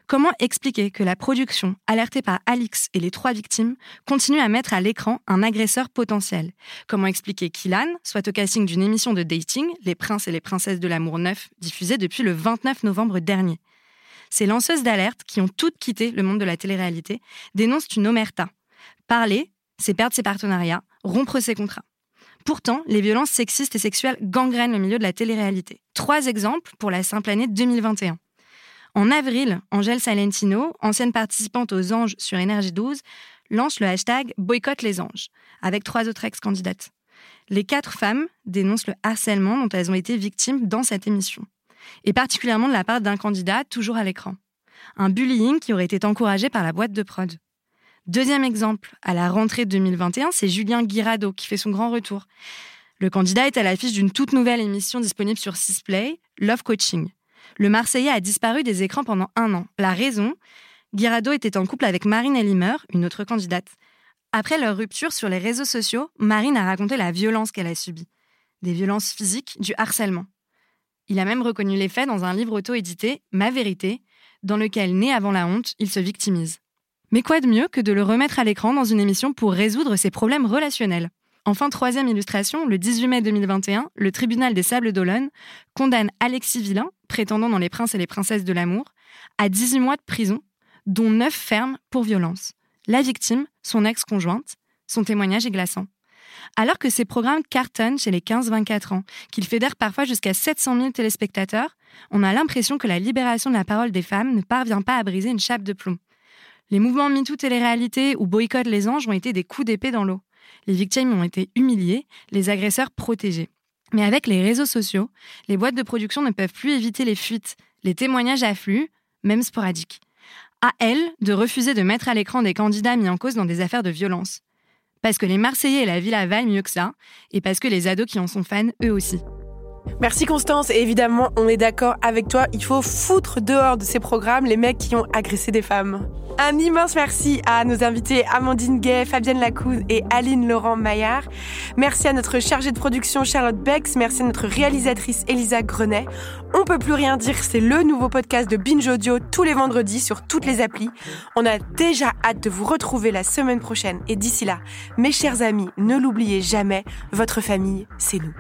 Comment expliquer que la production, alertée par Alix et les trois victimes, continue à mettre à l'écran un agresseur potentiel ? Comment expliquer qu'Ilan soit au casting d'une émission de dating, Les princes et les princesses de l'amour neuf, diffusée depuis le vingt-neuf novembre dernier ? Ces lanceuses d'alerte, qui ont toutes quitté le monde de la télé-réalité, dénoncent une omerta. Parler, c'est perdre ses partenariats, rompre ses contrats. Pourtant, les violences sexistes et sexuelles gangrènent le milieu de la télé-réalité. Trois exemples pour la simple année deux mille vingt et un. En avril, Angèle Salentino, ancienne participante aux Anges sur Énergie douze, lance le hashtag « Boycott les Anges » avec trois autres ex-candidates. Les quatre femmes dénoncent le harcèlement dont elles ont été victimes dans cette émission, et particulièrement de la part d'un candidat toujours à l'écran. Un bullying qui aurait été encouragé par la boîte de prod. Deuxième exemple, à la rentrée deux mille vingt et un, c'est Julien Guirado qui fait son grand retour. Le candidat est à l'affiche d'une toute nouvelle émission disponible sur six Play, Love Coaching. Le Marseillais a disparu des écrans pendant un an. La raison ? Guirado était en couple avec Marine Elimer, une autre candidate. Après leur rupture sur les réseaux sociaux, Marine a raconté la violence qu'elle a subie. Des violences physiques, du harcèlement. Il a même reconnu les faits dans un livre auto-édité, Ma vérité, dans lequel, né avant la honte, il se victimise. Mais quoi de mieux que de le remettre à l'écran dans une émission pour résoudre ses problèmes relationnels ? Enfin, troisième illustration, le dix-huit mai deux mille vingt et un, le tribunal des Sables d'Olonne condamne Alexis Villain, prétendant dans Les princes et les princesses de l'amour, à dix-huit mois de prison, dont neuf fermes pour violence. La victime, son ex-conjointe, son témoignage est glaçant. Alors que ces programmes cartonnent chez les quinze vingt-quatre ans, qu'ils fédèrent parfois jusqu'à sept cent mille téléspectateurs, on a l'impression que la libération de la parole des femmes ne parvient pas à briser une chape de plomb. Les mouvements MeToo télé-réalité ou Boycott les Anges ont été des coups d'épée dans l'eau. Les victimes ont été humiliées, les agresseurs protégés. Mais avec les réseaux sociaux, les boîtes de production ne peuvent plus éviter les fuites. Les témoignages affluent, même sporadiques. À elles de refuser de mettre à l'écran des candidats mis en cause dans des affaires de violence. Parce que les Marseillais et la ville valent mieux que ça, et parce que les ados qui en sont fans, eux aussi. Merci Constance, et évidemment, on est d'accord avec toi, il faut foutre dehors de ces programmes les mecs qui ont agressé des femmes. Un immense merci à nos invités Amandine Gay, Fabienne Lacouze et Aline Laurent-Maillard. Merci à notre chargée de production Charlotte Bex, merci à notre réalisatrice Elisa Grenet. On peut plus rien dire, c'est le nouveau podcast de Binge Audio tous les vendredis sur toutes les applis. On a déjà hâte de vous retrouver la semaine prochaine, et d'ici là, mes chers amis, ne l'oubliez jamais, votre famille, c'est nous.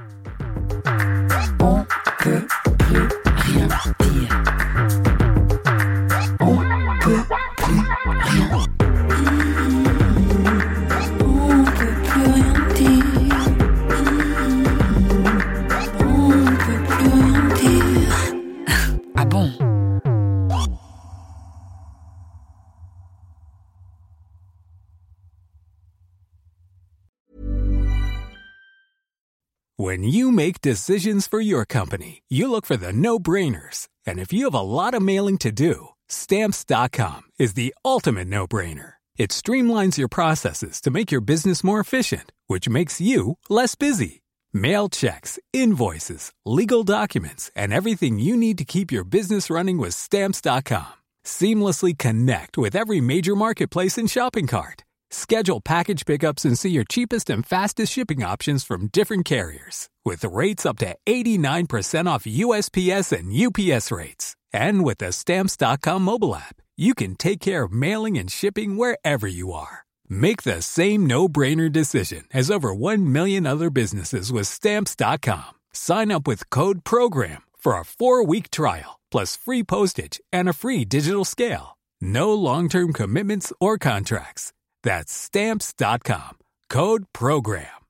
On peut plus rien dire. On peut plus rien dire. On peut plus rien dire. On peut plus rien dire. Ah bon? When you make decisions for your company, you look for the no-brainers. And if you have a lot of mailing to do, Stamps dot com is the ultimate no-brainer. It streamlines your processes to make your business more efficient, which makes you less busy. Mail checks, invoices, legal documents, and everything you need to keep your business running with Stamps dot com. Seamlessly connect with every major marketplace and shopping cart. Schedule package pickups and see your cheapest and fastest shipping options from different carriers. With rates up to eighty-nine percent off U S P S and U P S rates. And with the Stamps dot com mobile app, you can take care of mailing and shipping wherever you are. Make the same no-brainer decision as over one million other businesses with Stamps dot com. Sign up with code PROGRAM for a four-week trial, plus free postage and a free digital scale. No long-term commitments or contracts. That's Stamps dot com. Code PROGRAM.